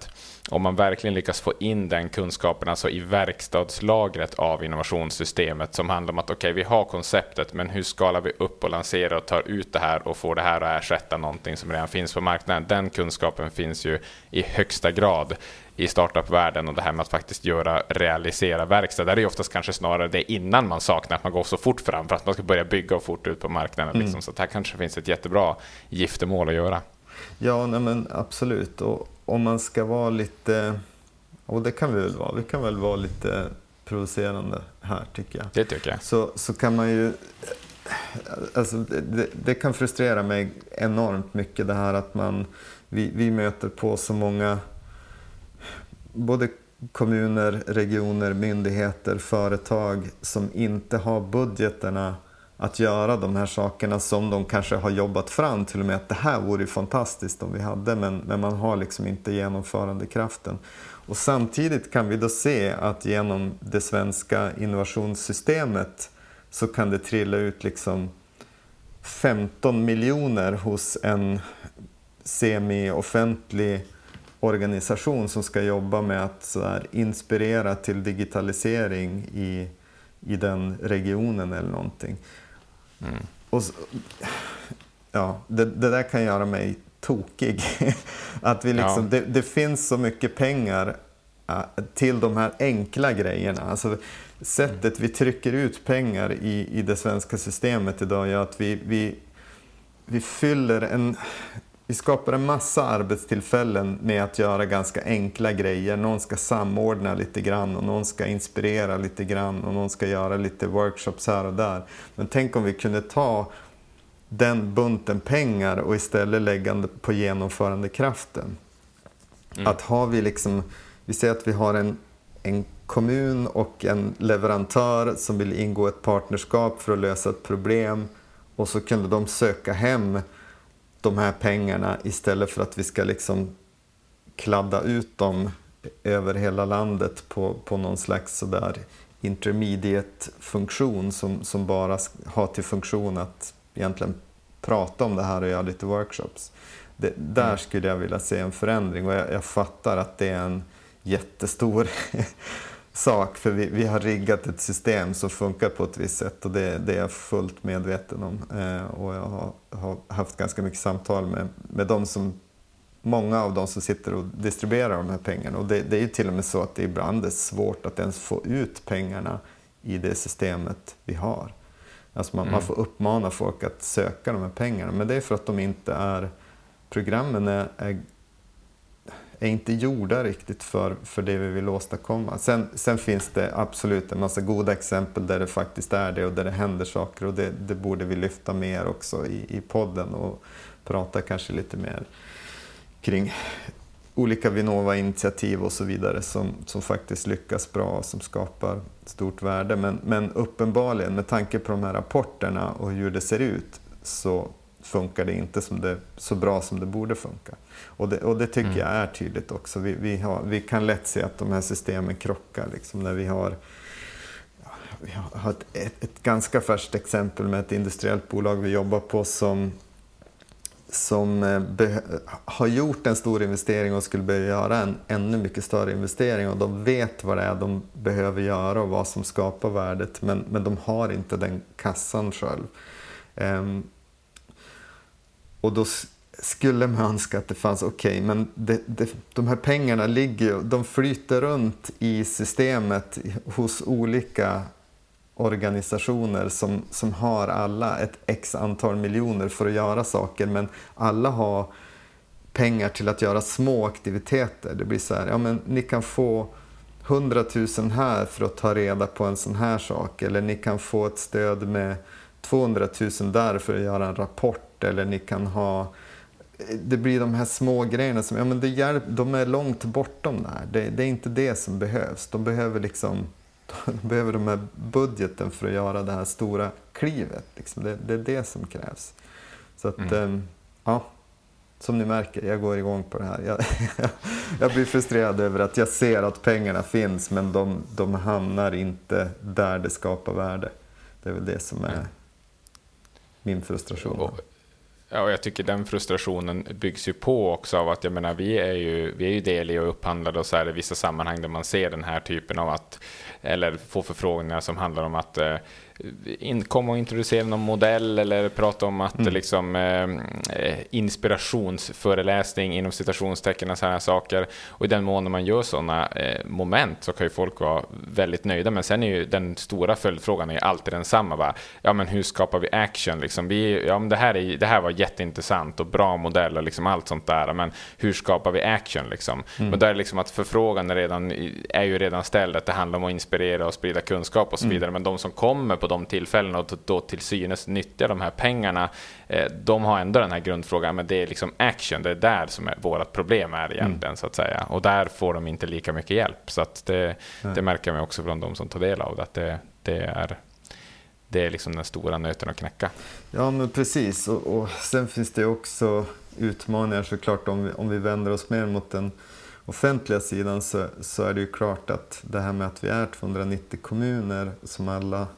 om man verkligen lyckas få in den kunskapen alltså i verkstadslagret av innovationssystemet som handlar om att okej, vi har konceptet, men hur skalar vi upp och lanserar och tar ut det här och får det här att ersätta någonting som redan finns på marknaden. Den kunskapen finns ju i högsta grad i startup-världen, och det här med att faktiskt realisera verkstad, där är ju oftast kanske snarare det innan man saknar att man går så fort fram för att man ska börja bygga och fort ut på marknaden. Liksom. Så att här kanske finns ett jättebra giftermål att göra. Ja, nej, men absolut. Och om man ska vara lite, och det kan vi kan väl vara lite provocerande här, tycker jag. Det tycker jag. Så kan man ju, alltså det kan frustrera mig enormt mycket det här att vi möter på så många, både kommuner, regioner, myndigheter, företag som inte har budgeterna att göra de här sakerna som de kanske har jobbat fram till och med att det här vore ju fantastiskt om vi hade, men man har liksom inte genomförandekraften. Och samtidigt kan vi då se att genom det svenska innovationssystemet så kan det trilla ut liksom 15 miljoner hos en semi-offentlig organisation som ska jobba med att så här inspirera till digitalisering i den regionen eller någonting. Och ja, det där kan göra mig tokig. Att vi liksom, det finns så mycket pengar till de här enkla grejerna. Alltså, sättet vi trycker ut pengar i det svenska systemet idag gör att vi skapar en massa arbetstillfällen med att göra ganska enkla grejer. Någon ska samordna lite grann och någon ska inspirera lite grann och någon ska göra lite workshops här och där. Men tänk om vi kunde ta den bunten pengar och istället lägga på genomförandekraften. Att har vi liksom, vi säger att vi har en kommun och en leverantör som vill ingå ett partnerskap för att lösa ett problem, och så kunde de söka hem de här pengarna istället för att vi ska liksom kladda ut dem över hela landet på någon slags sådär intermediate-funktion som bara har till funktion att egentligen prata om det här och göra lite workshops. Där skulle jag vilja se en förändring, och jag fattar att det är en jättestor sak, för vi har riggat ett system som funkar på ett visst sätt, och det är jag fullt medveten om. Och jag har haft ganska mycket samtal med många av de som sitter och distribuerar de här pengarna, och det är ju till och med så att det ibland är svårt att ens få ut pengarna i det systemet vi har. Alltså man får uppmana folk att söka de här pengarna, men det är för att de inte är, programmen är inte gjorda riktigt för det vi vill åstadkomma. Sen finns det absolut en massa goda exempel där det faktiskt är det och där det händer saker, och det borde vi lyfta mer också i podden och prata kanske lite mer kring olika Vinnova-initiativ och så vidare som faktiskt lyckas bra och som skapar stort värde. Men uppenbarligen, med tanke på de här rapporterna och hur det ser ut, så funkar det inte så bra som det borde funka. Och det tycker jag är tydligt också. Vi kan lätt se att de här systemen krockar. Liksom, när vi har ett ganska färskt exempel med ett industriellt bolag vi jobbar på som har gjort en stor investering och skulle behöva göra en ännu mycket större investering, och de vet vad det är de behöver göra och vad som skapar värdet, men de har inte den kassan själv. Och då skulle man önska att det fanns, men de här pengarna de flyter runt i systemet hos olika organisationer som har alla ett x antal miljoner för att göra saker, men alla har pengar till att göra små aktiviteter. Det blir så här, men ni kan få 100 000 här för att ta reda på en sån här sak, eller ni kan få ett stöd med 200 000 där för att göra en rapport, eller ni kan ha, det blir de här små grejerna som, de är långt bortom det här. Det är inte det som behövs. De behöver de här budgeten för att göra det här stora klivet. Liksom. Det är det som krävs. Så att, som ni märker, jag går igång på det här. Jag blir frustrerad över att jag ser att pengarna finns, men de hamnar inte där det skapar värde. Det är väl det som är min frustration. Ja, och jag tycker den frustrationen byggs ju på också av att jag menar, vi är ju del i och upphandlade och så är det vissa sammanhang där man ser den här typen av eller få förfrågningar som handlar om att komma och introducera någon modell eller prata om att inspirationsföreläsning inom citationstecken och sådana här saker. Och i den mån man gör sådana moment så kan ju folk vara väldigt nöjda. Men sen är ju den stora följdfrågan är alltid densamma. Bara, ja, men hur skapar vi action? Liksom, men det här var jätteintressant och bra modell och liksom allt sånt där. Men hur skapar vi action? Liksom? Och där är liksom att förfrågan är ju redan ställd, att det handlar om att inspirera och sprida kunskap och så vidare. Men de som kommer på de tillfällena och då till synes nyttjar de här pengarna, de har ändå den här grundfrågan, men det är liksom action, det är där som vårt problem är egentligen, så att säga. Och där får de inte lika mycket hjälp, så att det märker man också från de som tar del av det, att det är liksom den stora nöten att knäcka. Ja, men precis, och sen finns det också utmaningar såklart. Om vi vänder oss mer mot den offentliga sidan så är det ju klart att det här med att vi är 290 kommuner som alla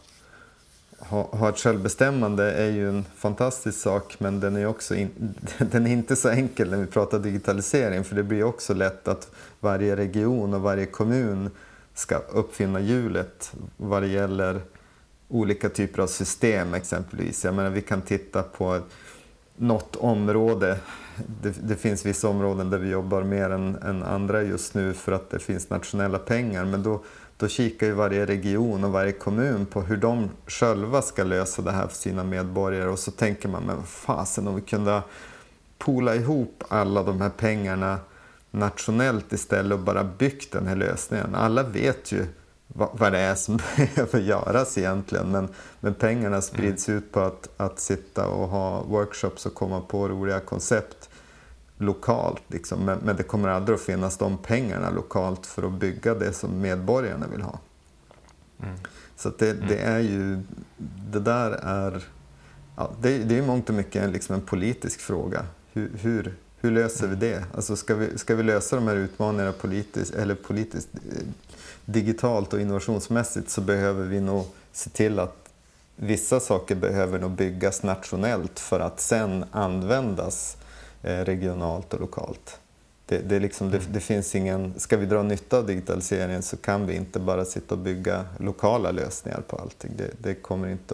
har ett självbestämmande är ju en fantastisk sak, men den är också den är inte så enkel när vi pratar digitalisering, för det blir också lätt att varje region och varje kommun ska uppfinna hjulet vad det gäller olika typer av system exempelvis. Jag menar, vi kan titta på något område. Det finns vissa områden där vi jobbar mer än andra just nu för att det finns nationella pengar, men då kikar ju varje region och varje kommun på hur de själva ska lösa det här för sina medborgare, och så tänker man, men fasen, om vi kunde poola ihop alla de här pengarna nationellt istället och bara byggt den här lösningen. Alla vet ju vad det är som behöver göras egentligen, men pengarna sprids ut på att sitta och ha workshops och komma på roliga koncept lokalt liksom. Men det kommer aldrig att finnas de pengarna lokalt för att bygga det som medborgarna vill ha. Så att det är ju, det där är, ja, det är ju mångt och mycket liksom en politisk fråga. Hur löser vi det? Alltså ska vi lösa de här utmaningarna politiskt digitalt och innovationsmässigt, så behöver vi nog se till att vissa saker behöver nog byggas nationellt för att sen användas regionalt och lokalt. Det är liksom, det finns ingen, ska vi dra nytta av digitaliseringen så kan vi inte bara sitta och bygga lokala lösningar på allting. Det kommer inte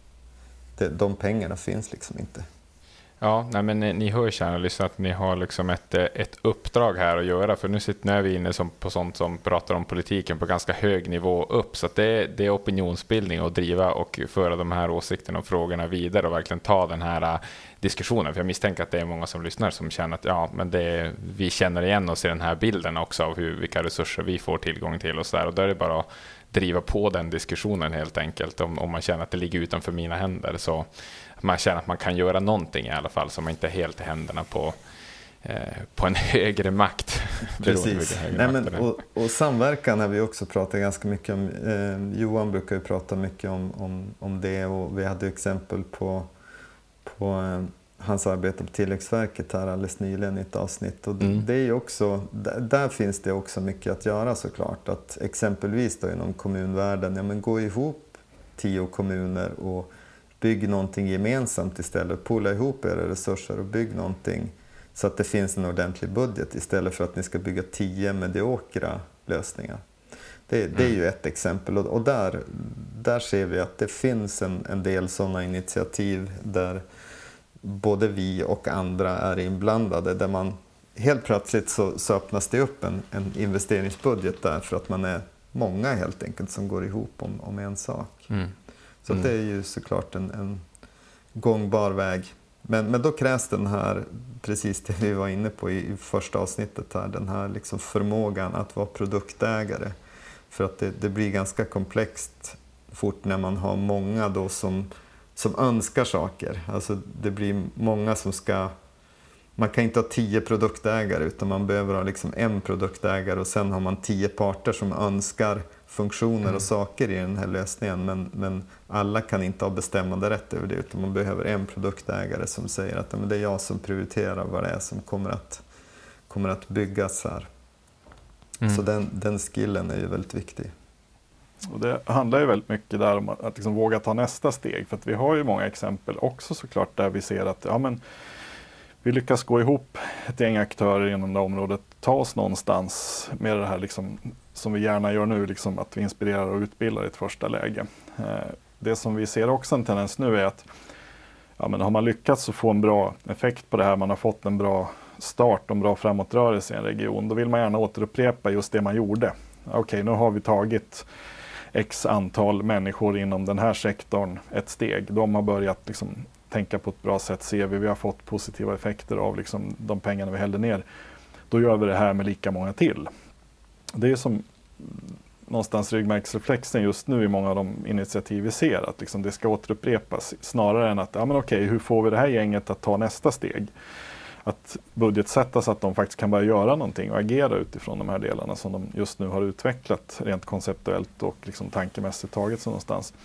att, de pengarna finns liksom inte. Ja, nej, men ni hör, kära lyssnare, att ni har liksom ett uppdrag här att göra, för nu är vi inne på sånt som pratar om politiken på ganska hög nivå upp, så att det är opinionsbildning och driva och föra de här åsikterna och frågorna vidare och verkligen ta den här diskussionen, för jag misstänker att det är många som lyssnar som känner att ja, men vi känner igen oss i den här bilden också av vilka resurser vi får tillgång till och så där, och där är det bara att driva på den diskussionen helt enkelt, om man känner att det ligger utanför mina händer, så man känner att man kan göra någonting i alla fall, som inte är helt i händerna på en högre makt. Precis. Nej, men, och samverkan har vi också pratat ganska mycket om. Johan brukar ju prata mycket om det, och vi hade exempel på hans arbete på Tillväxtverket här alldeles nyligen i ett avsnitt. Och det är ju också, där finns det också mycket att göra såklart. Att exempelvis då inom kommunvärlden, ja, men gå ihop 10 kommuner och bygg någonting gemensamt istället. Poola ihop era resurser och bygg någonting så att det finns en ordentlig budget istället för att ni ska bygga 10 mediokra lösningar. Det är ju ett exempel, och där ser vi att det finns en del sådana initiativ där både vi och andra är inblandade, där man helt plötsligt så öppnas det upp en investeringsbudget där för att man är många helt enkelt som går ihop om en sak. Så det är ju såklart en gångbar väg. Men då krävs den här, precis det vi var inne på i första avsnittet här, den här liksom förmågan att vara produktägare. För att det blir ganska komplext fort när man har många då som önskar saker. Alltså det blir många som ska, man kan inte ha 10 produktägare, utan man behöver ha liksom en produktägare, och sen har man 10 parter som önskar funktioner och saker i den här lösningen, men alla kan inte ha bestämmande rätt över det, utan man behöver en produktägare som säger att men det är jag som prioriterar vad det är som kommer att byggas här. Så den skillen är ju väldigt viktig. Och det handlar ju väldigt mycket där om att liksom våga ta nästa steg. För att vi har ju många exempel också såklart där vi ser att vi lyckas gå ihop ett gäng aktörer inom det området, ta oss någonstans med det här liksom, som vi gärna gör nu, liksom att vi inspirerar och utbildar i ett första läge. Det som vi ser också en tendens nu är att har man lyckats att få en bra effekt på det här, man har fått en bra start och en bra framåtrörelse i en region, då vill man gärna återupprepa just det man gjorde. Okej, nu har vi tagit x antal människor inom den här sektorn ett steg. De har börjat liksom tänka på ett bra sätt, ser vi har fått positiva effekter av liksom de pengarna vi hällde ner. Då gör vi det här med lika många till. Det är som någonstans ryggmärgsreflexen just nu i många av de initiativ vi ser, att liksom det ska återupprepas snarare än att hur får vi det här gänget att ta nästa steg? Att budgetsätta så att de faktiskt kan börja göra någonting och agera utifrån de här delarna som de just nu har utvecklat rent konceptuellt och liksom tankemässigt tagit sig någonstans.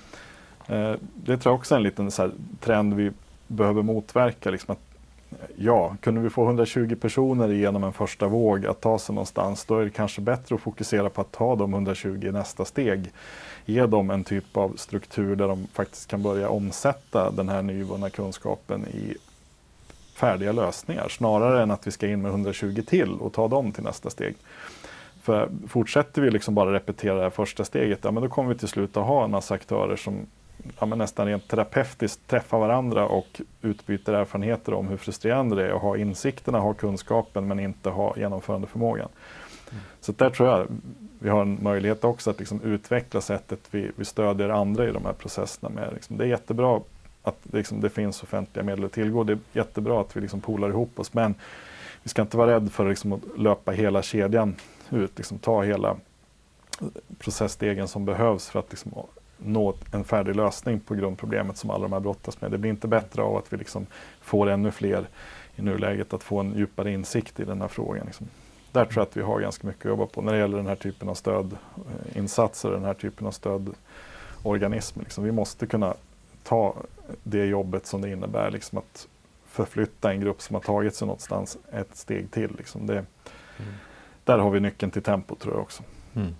Det tror jag också är en liten så här trend vi behöver motverka. Liksom att, kunde vi få 120 personer igenom en första våg att ta sig någonstans, då är det kanske bättre att fokusera på att ta de 120 i nästa steg. Ge dem en typ av struktur där de faktiskt kan börja omsätta den här nyvunna kunskapen i färdiga lösningar, snarare än att vi ska in med 120 till och ta dem till nästa steg. För fortsätter vi liksom bara repetera det här första steget, då kommer vi till slut att ha en massa aktörer som nästan rent terapeutiskt träffar varandra och utbyter erfarenheter om hur frustrerande det är att ha insikterna, ha kunskapen men inte ha genomförandeförmågan. Så där tror jag vi har en möjlighet också att liksom utveckla sättet vi stödjer andra i de här processerna med. Liksom, det är jättebra att liksom, det finns offentliga medel att tillgå. Det är jättebra att vi liksom polar ihop oss, men vi ska inte vara rädda för liksom, att löpa hela kedjan ut, liksom, ta hela processstegen som behövs för att liksom, nå en färdig lösning på grundproblemet som alla de här brottas med. Det blir inte bättre av att vi liksom, får ännu fler i nuläget att få en djupare insikt i den här frågan. Liksom. Där tror jag att vi har ganska mycket att jobba på när det gäller den här typen av stödinsatser, den här typen av stödorganismer. Liksom. Vi måste kunna ta det jobbet som det innebär liksom, att förflytta en grupp som har tagit sig någonstans ett steg till. Liksom. Där har vi nyckeln till tempo, tror jag också.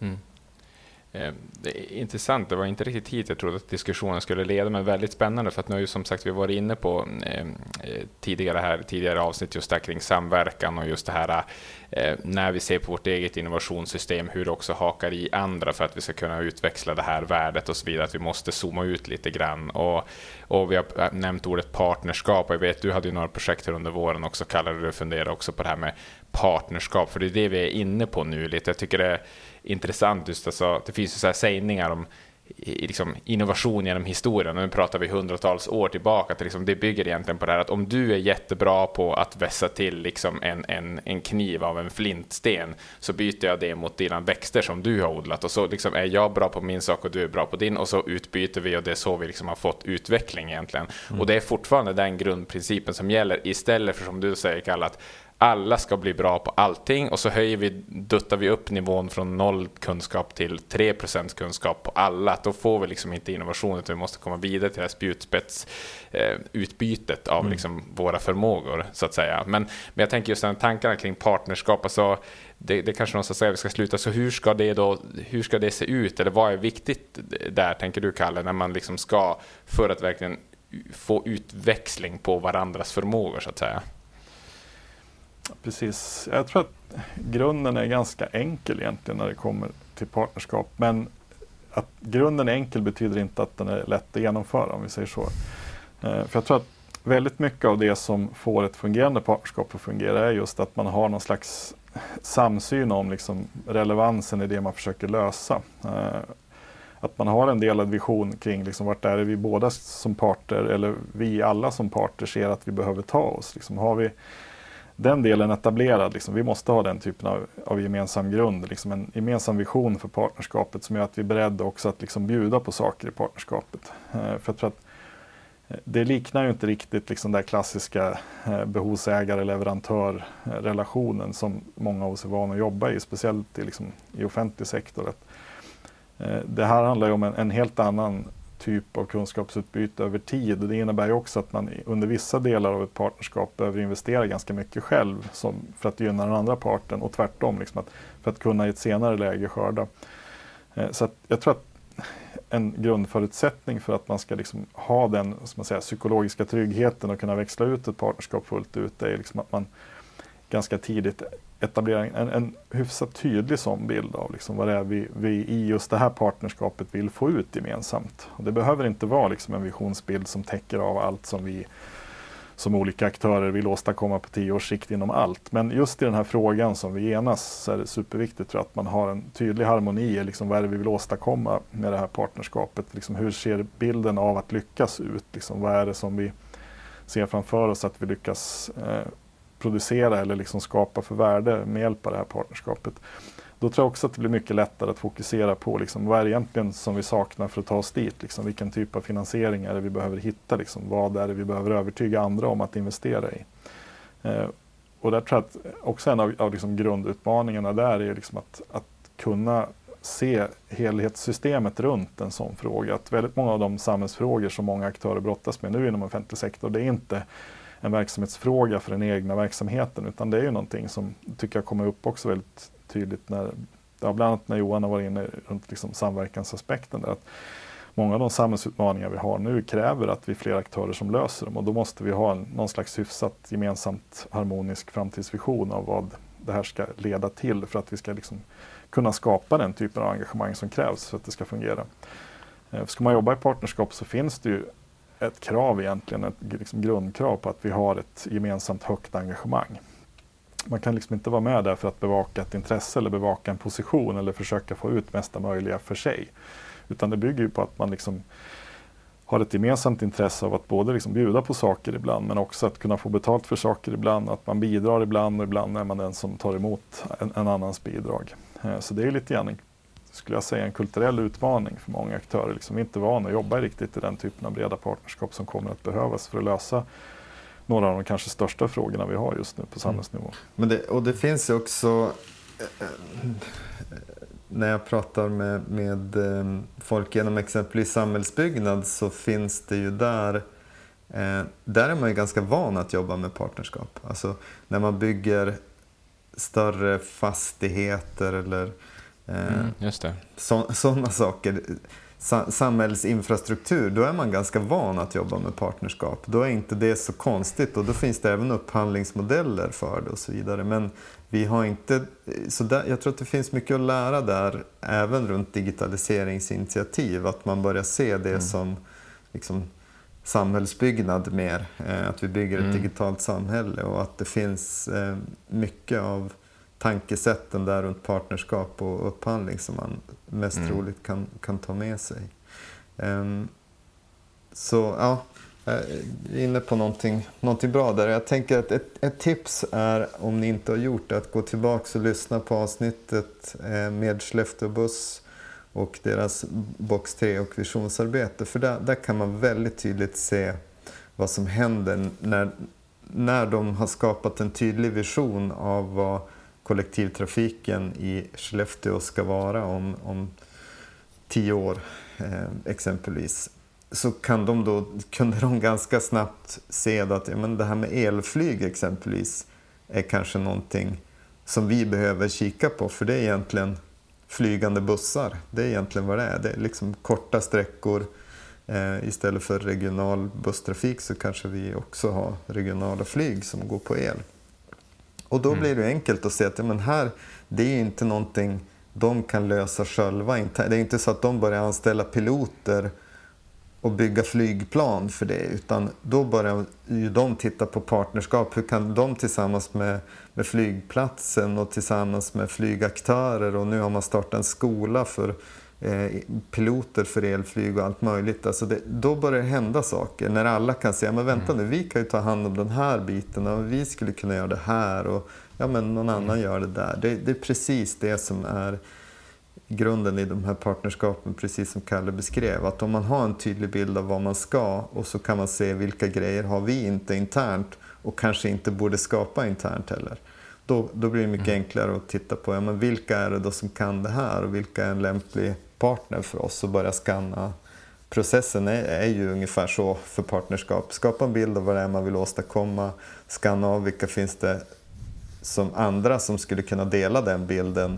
Det är intressant, det var inte riktigt hit jag trodde att diskussionen skulle leda, men väldigt spännande, för att nu har ju som sagt vi varit inne på tidigare avsnitt just där kring samverkan och just det här när vi ser på vårt eget innovationssystem, hur det också hakar i andra för att vi ska kunna utväxla det här värdet och så vidare, att vi måste zooma ut lite grann och vi har nämnt ordet partnerskap, och jag vet du hade ju några projekt här under våren också, kallade du fundera också på det här med partnerskap, för det är det vi är inne på nu lite. Jag tycker det är intressant just alltså, det finns ju så här sägningar om liksom innovation genom historien, och nu pratar vi hundratals år tillbaka, att liksom det bygger egentligen på det här att om du är jättebra på att vässa till liksom en kniv av en flintsten, så byter jag det mot dina växter som du har odlat, och så liksom är jag bra på min sak och du är bra på din, och så utbyter vi, och det är så vi liksom har fått utveckling egentligen. Och det är fortfarande den grundprincipen som gäller, istället för som du säger, Kalle, att alla ska bli bra på allting, och så duttar vi upp nivån från 0 kunskap till 3% kunskap på alla. Då får vi liksom inte innovation, utan vi måste komma vidare till det här spjutspetsutbytet av liksom våra förmågor, så att säga. Men jag tänker just den tankarna kring partnerskap, alltså, det kanske någon ska säga vi ska sluta, så hur ska det se ut, eller vad är viktigt där, tänker du, Kalle, när man liksom ska, för att verkligen få utväxling på varandras förmågor, så att säga? Precis. Jag tror att grunden är ganska enkel egentligen när det kommer till partnerskap. Men att grunden är enkel betyder inte att den är lätt att genomföra, om vi säger så. För jag tror att väldigt mycket av det som får ett fungerande partnerskap att fungera är just att man har någon slags samsyn om liksom relevansen i det man försöker lösa. Att man har en delad vision kring liksom vart är det vi båda som parter, eller vi alla som parter ser att vi behöver ta oss. Liksom har vi den delen etablerad, liksom, vi måste ha den typen av gemensam grund, liksom en gemensam vision för partnerskapet som gör att vi är beredda också att liksom bjuda på saker i partnerskapet. För jag tror att det liknar ju inte riktigt liksom den klassiska behovsägare-leverantör-relationen som många av oss är vana att jobba i, speciellt i offentlig sektor. Det här handlar ju om en helt annan typ av kunskapsutbyte över tid, och det innebär ju också att man under vissa delar av ett partnerskap behöver investera ganska mycket själv för att gynna den andra parten, och tvärtom liksom för att kunna i ett senare läge skörda. Så att jag tror att en grundförutsättning för att man ska liksom ha den, som man säger, psykologiska tryggheten och kunna växla ut ett partnerskap fullt ut. Det är liksom att man ganska tidigt etablerar en hyfsat tydlig sån bild av liksom vad det är vi i just det här partnerskapet vill få ut gemensamt. Och det behöver inte vara liksom en visionsbild som täcker av allt som vi som olika aktörer vill åstadkomma på 10 års sikt inom allt. Men just i den här frågan som vi enas så är det superviktigt tror jag, att man har en tydlig harmoni. Liksom, vad är det vi vill åstadkomma med det här partnerskapet? Liksom, hur ser bilden av att lyckas ut? Liksom, vad är det som vi ser framför oss att vi lyckas producera eller liksom skapa för värde med hjälp av det här partnerskapet? Då tror jag också att det blir mycket lättare att fokusera på liksom, vad är det egentligen som vi saknar för att ta oss dit? Liksom, vilken typ av finansiering är det vi behöver hitta? Liksom, vad är det vi behöver övertyga andra om att investera i? Och där tror jag att också en av liksom grundutmaningarna där är liksom att kunna se helhetssystemet runt en sån fråga. Att väldigt många av de samhällsfrågor som många aktörer brottas med nu inom offentlig sektor, det är inte en verksamhetsfråga för den egna verksamheten, utan det är ju någonting som tycker jag kommer upp också väldigt tydligt när, ja, bland annat när Johan har varit inne runt liksom samverkansaspekten där, att många av de samhällsutmaningar vi har nu kräver att vi är flera aktörer som löser dem, och då måste vi ha någon slags hyfsat gemensamt harmonisk framtidsvision av vad det här ska leda till för att vi ska liksom kunna skapa den typen av engagemang som krävs för att det ska fungera. Ska man jobba i partnerskap så finns det ju ett krav egentligen, ett liksom grundkrav på att vi har ett gemensamt högt engagemang. Man kan liksom inte vara med där för att bevaka ett intresse eller bevaka en position eller försöka få ut mesta möjliga för sig. Utan det bygger ju på att man liksom har ett gemensamt intresse av att både liksom bjuda på saker ibland, men också att kunna få betalt för saker ibland, att man bidrar ibland och ibland är man den som tar emot en annans bidrag. Så det är lite grann, skulle jag säga, en kulturell utmaning för många aktörer. Liksom vi är inte vana att jobba riktigt i den typen av breda partnerskap som kommer att behövas för att lösa några av de kanske största frågorna vi har just nu på samhällsnivå. Men det finns ju också, när jag pratar med folk genom exempelvis samhällsbyggnad, så finns det ju där är man ju ganska van att jobba med partnerskap. Alltså när man bygger större fastigheter eller just det. Sådana saker, samhällsinfrastruktur, då är man ganska van att jobba med partnerskap. Då är inte det så konstigt, och då finns det även upphandlingsmodeller för det och så vidare. Men vi har inte, så där, jag tror att det finns mycket att lära där, även runt digitaliseringsinitiativ, att man börjar se det som liksom samhällsbyggnad mer, att vi bygger ett digitalt samhälle, och att det finns mycket av tankesätten där runt partnerskap och upphandling som man mest troligt kan ta med sig. Så ja, jag är inne på någonting bra där. Jag tänker att ett tips är, om ni inte har gjort det, att gå tillbaka och lyssna på avsnittet med Skellefteå Buss och deras box 3 och visionsarbete. För där kan man väldigt tydligt se vad som händer när de har skapat en tydlig vision av vad kollektivtrafiken i Skellefteå ska vara om 10 år exempelvis. Så kunde de ganska snabbt se att det här med elflyg exempelvis är kanske någonting som vi behöver kika på, för det är egentligen flygande bussar. Det är egentligen vad det är. Det är liksom korta sträckor. Istället för regional busstrafik så kanske vi också har regionala flyg som går på el. Och då blir det enkelt att se att det är inte någonting de kan lösa själva. Det är inte så att de börjar anställa piloter och bygga flygplan för det, utan då börjar ju de titta på partnerskap. Hur kan de tillsammans med flygplatsen och tillsammans med flygaktörer, och nu har man startat en skola för piloter för elflyg och allt möjligt. Alltså då börjar det hända saker när alla kan säga, men vänta nu, vi kan ju ta hand om den här biten och vi skulle kunna göra det här, och någon annan gör det där. Det är precis det som är grunden i de här partnerskapen, precis som Kalle beskrev, att om man har en tydlig bild av vad man ska, och så kan man se vilka grejer har vi inte internt och kanske inte borde skapa internt heller. Då blir det mycket enklare att titta på vilka är det då som kan det här, och vilka är en lämplig partner för oss, och börja skanna. Processen är ju ungefär så för partnerskap. Skapa en bild av vad det är man vill åstadkomma, skanna av vilka finns det som andra som skulle kunna dela den bilden,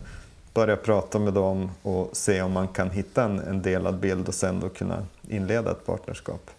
börja prata med dem och se om man kan hitta en delad bild och sen då kunna inleda ett partnerskap.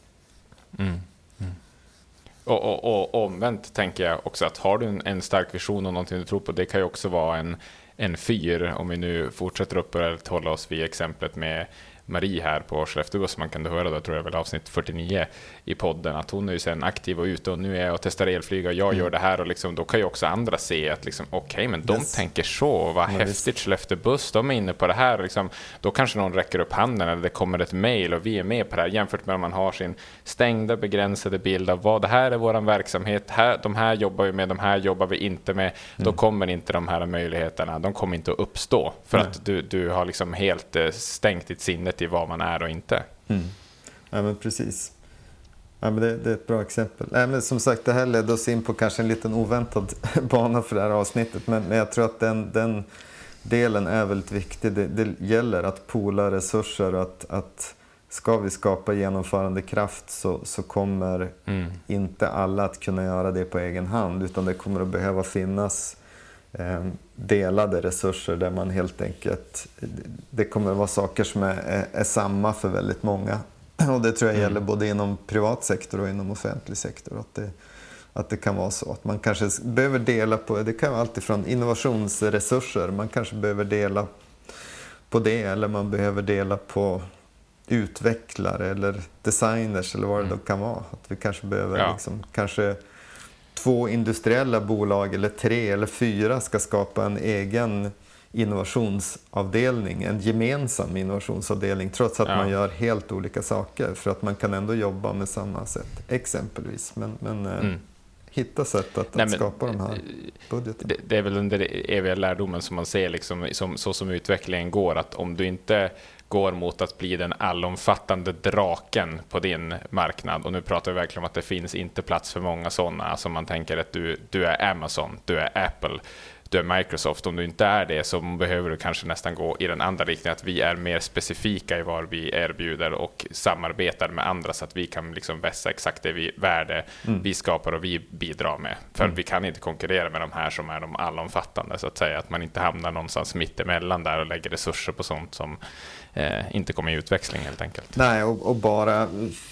Och omvänt tänker jag också att har du en stark vision och någonting du tror på, det kan ju också vara en fyr, om vi nu fortsätter upp och hålla oss vid exemplet med Marie här på Skellefteå som man kan höra då, tror jag väl avsnitt 49 i podden, att hon är ju sen aktiv och ute och nu är jag och testar elflyg och jag gör det här och liksom, då kan ju också andra se att liksom, okej, men de tänker så, vad häftigt, Skellefteå buss, de är inne på det här och liksom, då kanske någon räcker upp handen eller det kommer ett mejl och vi är med på det här, jämfört med om man har sin stängda begränsade bild av vad det här är våran verksamhet, här, de här jobbar vi med, de här jobbar vi inte med, då kommer inte de här möjligheterna, de kommer inte att uppstå för att du har liksom helt stängt ditt sinne till vad man är och inte. Ja, men precis. Ja, men det är ett bra exempel. Nej, men som sagt, det här ledde oss in på kanske en liten oväntad bana för det här avsnittet. Men jag tror att den delen är väldigt viktig. Det gäller att poola resurser och att ska vi skapa genomförande kraft så kommer inte alla att kunna göra det på egen hand. Utan det kommer att behöva finnas delade resurser där man helt enkelt, det kommer att vara saker som är samma för väldigt många, och det tror jag gäller både inom privat sektor och inom offentlig sektor, att det kan vara så att man kanske behöver dela på, det kan vara allt ifrån innovationsresurser, man kanske behöver dela på det, eller man behöver dela på utvecklare eller designers eller vad det då kan vara, att vi kanske behöver liksom, kanske 2 industriella bolag eller 3 eller 4 ska skapa en egen innovationsavdelning, en gemensam innovationsavdelning, trots att man gör helt olika saker, för att man kan ändå jobba med samma sätt exempelvis, men hitta sätt att skapa de här budgeterna. Det är väl den där eviga lärdomen som man ser liksom, så som utvecklingen går, att om du inte går mot att bli den allomfattande draken på din marknad, och nu pratar vi verkligen om att det finns inte plats för många sådana, alltså man tänker att du är Amazon, du är Apple, du är Microsoft. Om du inte är det så behöver du kanske nästan gå i den andra riktningen, att vi är mer specifika i vad vi erbjuder och samarbetar med andra så att vi kan liksom vässa exakt det värde vi skapar och vi bidrar med. För vi kan inte konkurrera med de här som är de allomfattande, så att säga, att man inte hamnar någonstans mitt emellan där och lägger resurser på sånt som inte kommer i utväxling helt enkelt. Nej, och bara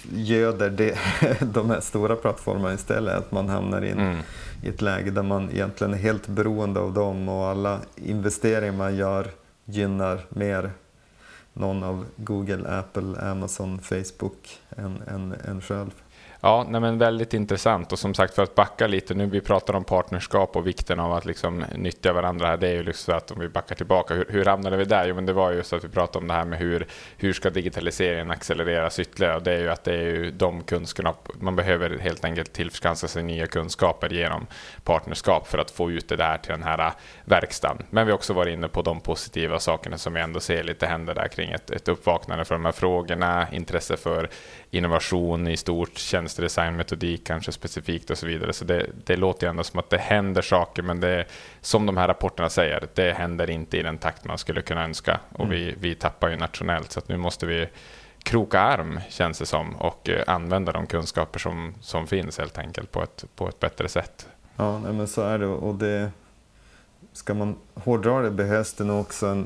göder de här stora plattformarna istället, att man hamnar i ett läge där man egentligen är helt beroende av dem, och alla investeringar man gör gynnar mer någon av Google, Apple, Amazon, Facebook än själv. Ja, nej, men väldigt intressant, och som sagt, för att backa lite, nu vi pratar om partnerskap och vikten av att liksom nyttja varandra här, det är ju liksom att om vi backar tillbaka, hur hamnade vi där? Jo, men det var ju så att vi pratade om det här med hur ska digitaliseringen accelereras ytterligare, och det är ju att det är ju de kunskaper, man behöver helt enkelt tillskansa sig nya kunskaper genom partnerskap för att få ut det där till den här verkstaden. Men vi har också varit inne på de positiva sakerna som vi ändå ser lite händer där kring ett uppvaknande för de här frågorna, intresse för innovation i stort, tjänstedesign, metodik kanske specifikt och så vidare. Så det låter ju ändå som att det händer saker, men det, som de här rapporterna säger, det händer inte i den takt man skulle kunna önska, och vi tappar ju nationellt, så att nu måste vi kroka arm, känns det som, och använda de kunskaper som finns helt enkelt på ett bättre sätt. Ja, men så är det, och det ska man hårdra det, behövs det nog också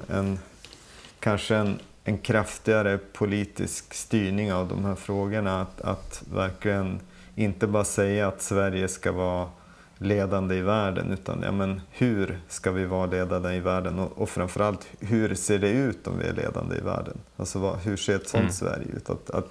kanske en kraftigare politisk styrning av de här frågorna, att verkligen inte bara säga att Sverige ska vara ledande i världen, utan hur ska vi vara ledande i världen, och framförallt hur ser det ut om vi är ledande i världen, alltså hur ser ett sånt Sverige ut,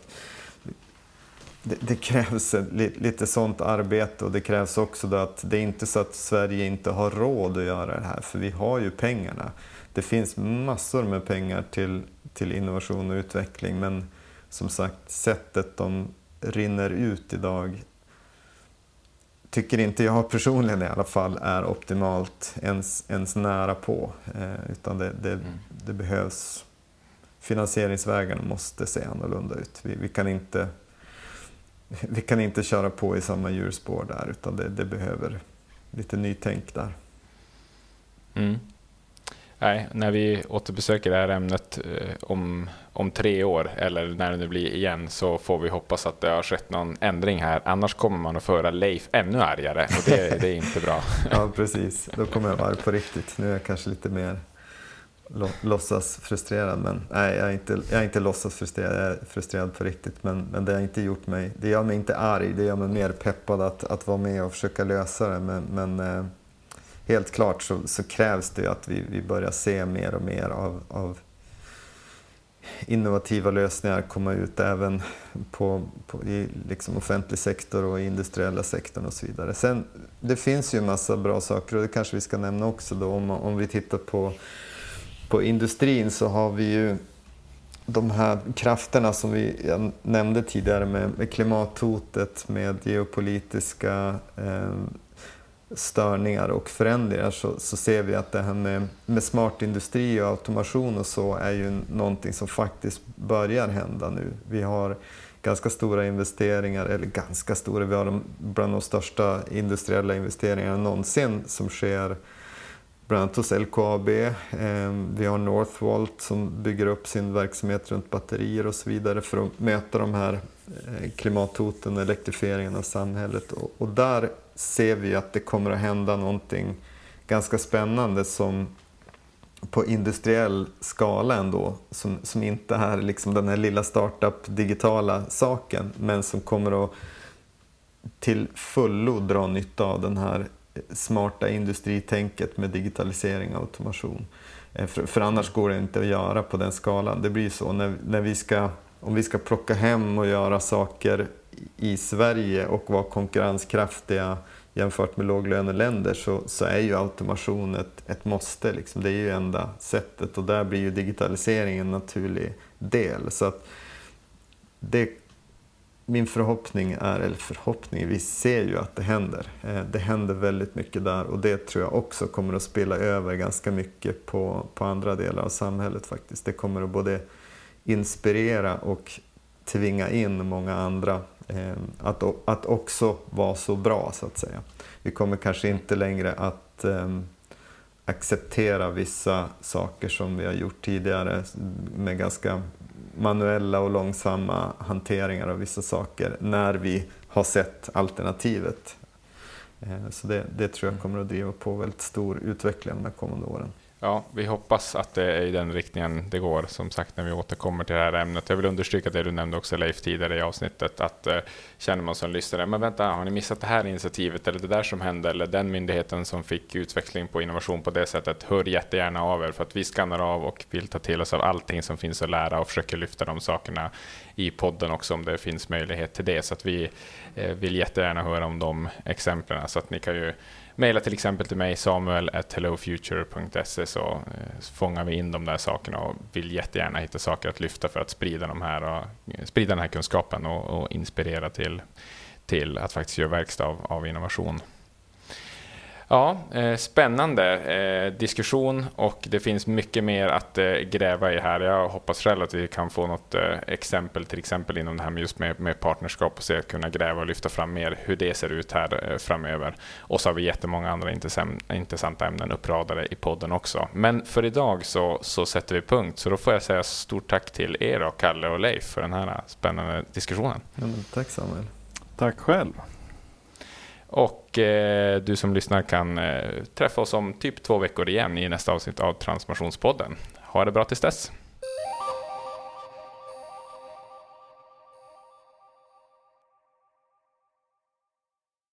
det krävs lite sånt arbete, och det krävs också då att det är inte så att Sverige inte har råd att göra det här, för vi har ju pengarna. Det finns massor med pengar till innovation och utveckling, men som sagt, sättet de rinner ut idag tycker inte jag personligen i alla fall är optimalt ens nära på, utan det behövs, finansieringsvägarna måste se annorlunda ut. Vi kan inte köra på i samma hjulspår där, utan det behöver lite nytänk där. Nej, när vi återbesöker det här ämnet om 3 år, eller när det nu blir igen, så får vi hoppas att det har skett någon ändring här. Annars kommer man att föra Leif ännu argare, och det är inte bra. Ja, precis. Då kommer jag vara på riktigt. Nu är jag kanske lite mer låtsas frustrerad, men nej, jag är inte låtsas frustrerad, jag är frustrerad på riktigt, men det har inte gjort mig, det gör mig inte arg, det gör mig mer peppad att vara med och försöka lösa det, men helt klart så krävs det att vi börjar se mer och mer av innovativa lösningar komma ut även i liksom offentlig sektor och industriella sektorn och så vidare. Sen, det finns ju en massa bra saker och det kanske vi ska nämna också då, om vi tittar på industrin, så har vi ju de här krafterna som jag nämnde tidigare med klimathotet, med geopolitiska störningar och förändringar, så ser vi att det här med smart industri och automation och så är ju någonting som faktiskt börjar hända nu. Vi har ganska stora investeringar, eller ganska stora, vi har bland de största industriella investeringarna någonsin som sker bland annat hos LKAB. Vi har Northvolt som bygger upp sin verksamhet runt batterier och så vidare för att möta de här klimathoten, elektrifieringen av samhället. Och där ser vi att det kommer att hända någonting ganska spännande som på industriell skala ändå, som inte är liksom den här lilla startup digitala saken, men som kommer att till fullo dra nytta av den här smarta industritänket med digitalisering och automation. För annars går det inte att göra på den skalan. Det blir så om vi ska plocka hem och göra saker i Sverige och vara konkurrenskraftiga jämfört med låglöneländer, så är ju automation ett måste. Liksom. Det är ju enda sättet, och där blir ju digitaliseringen en naturlig del. Så att min förhoppning vi ser ju att det händer. Det händer väldigt mycket där, och det tror jag också kommer att spela över ganska mycket på andra delar av samhället faktiskt. Det kommer att både inspirera och tvinga in många andra att också vara så bra, så att säga. Vi kommer kanske inte längre att acceptera vissa saker som vi har gjort tidigare med ganska manuella och långsamma hanteringar av vissa saker när vi har sett alternativet. Så det tror jag kommer att driva på väldigt stor utveckling de kommande åren. Ja, vi hoppas att det är i den riktningen det går, som sagt, när vi återkommer till det här ämnet. Jag vill understryka det du nämnde också, Leif, tidigare i avsnittet, att känner man som lyssnare, men vänta, har ni missat det här initiativet eller det där som hände, eller den myndigheten som fick utveckling på innovation på det sättet, hör jättegärna av er, för att vi skannar av och vill ta till oss av allting som finns att lära och försöker lyfta de sakerna i podden också, om det finns möjlighet till det. Så att vi vill jättegärna höra om de exemplen, så att ni kan ju mejla till exempel till mig, samuel@hellofuture.se, så fångar vi in de där sakerna och vill jättegärna hitta saker att lyfta för att sprida den här kunskapen och inspirera till att faktiskt göra verkstad av innovation. Ja, spännande diskussion, och det finns mycket mer att gräva i här. Jag hoppas själv att vi kan få något exempel, till exempel inom det här med just med partnerskap, och se att kunna gräva och lyfta fram mer hur det ser ut här framöver. Och så har vi jättemånga andra intressanta ämnen uppradade i podden också. Men för idag så sätter vi punkt. Så då får jag säga stort tack till er och Kalle och Leif för den här spännande diskussionen. Ja, tack Samuel. Tack själv. Och du som lyssnar kan träffa oss om typ 2 veckor igen i nästa avsnitt av Transformationspodden. Ha det bra tills dess!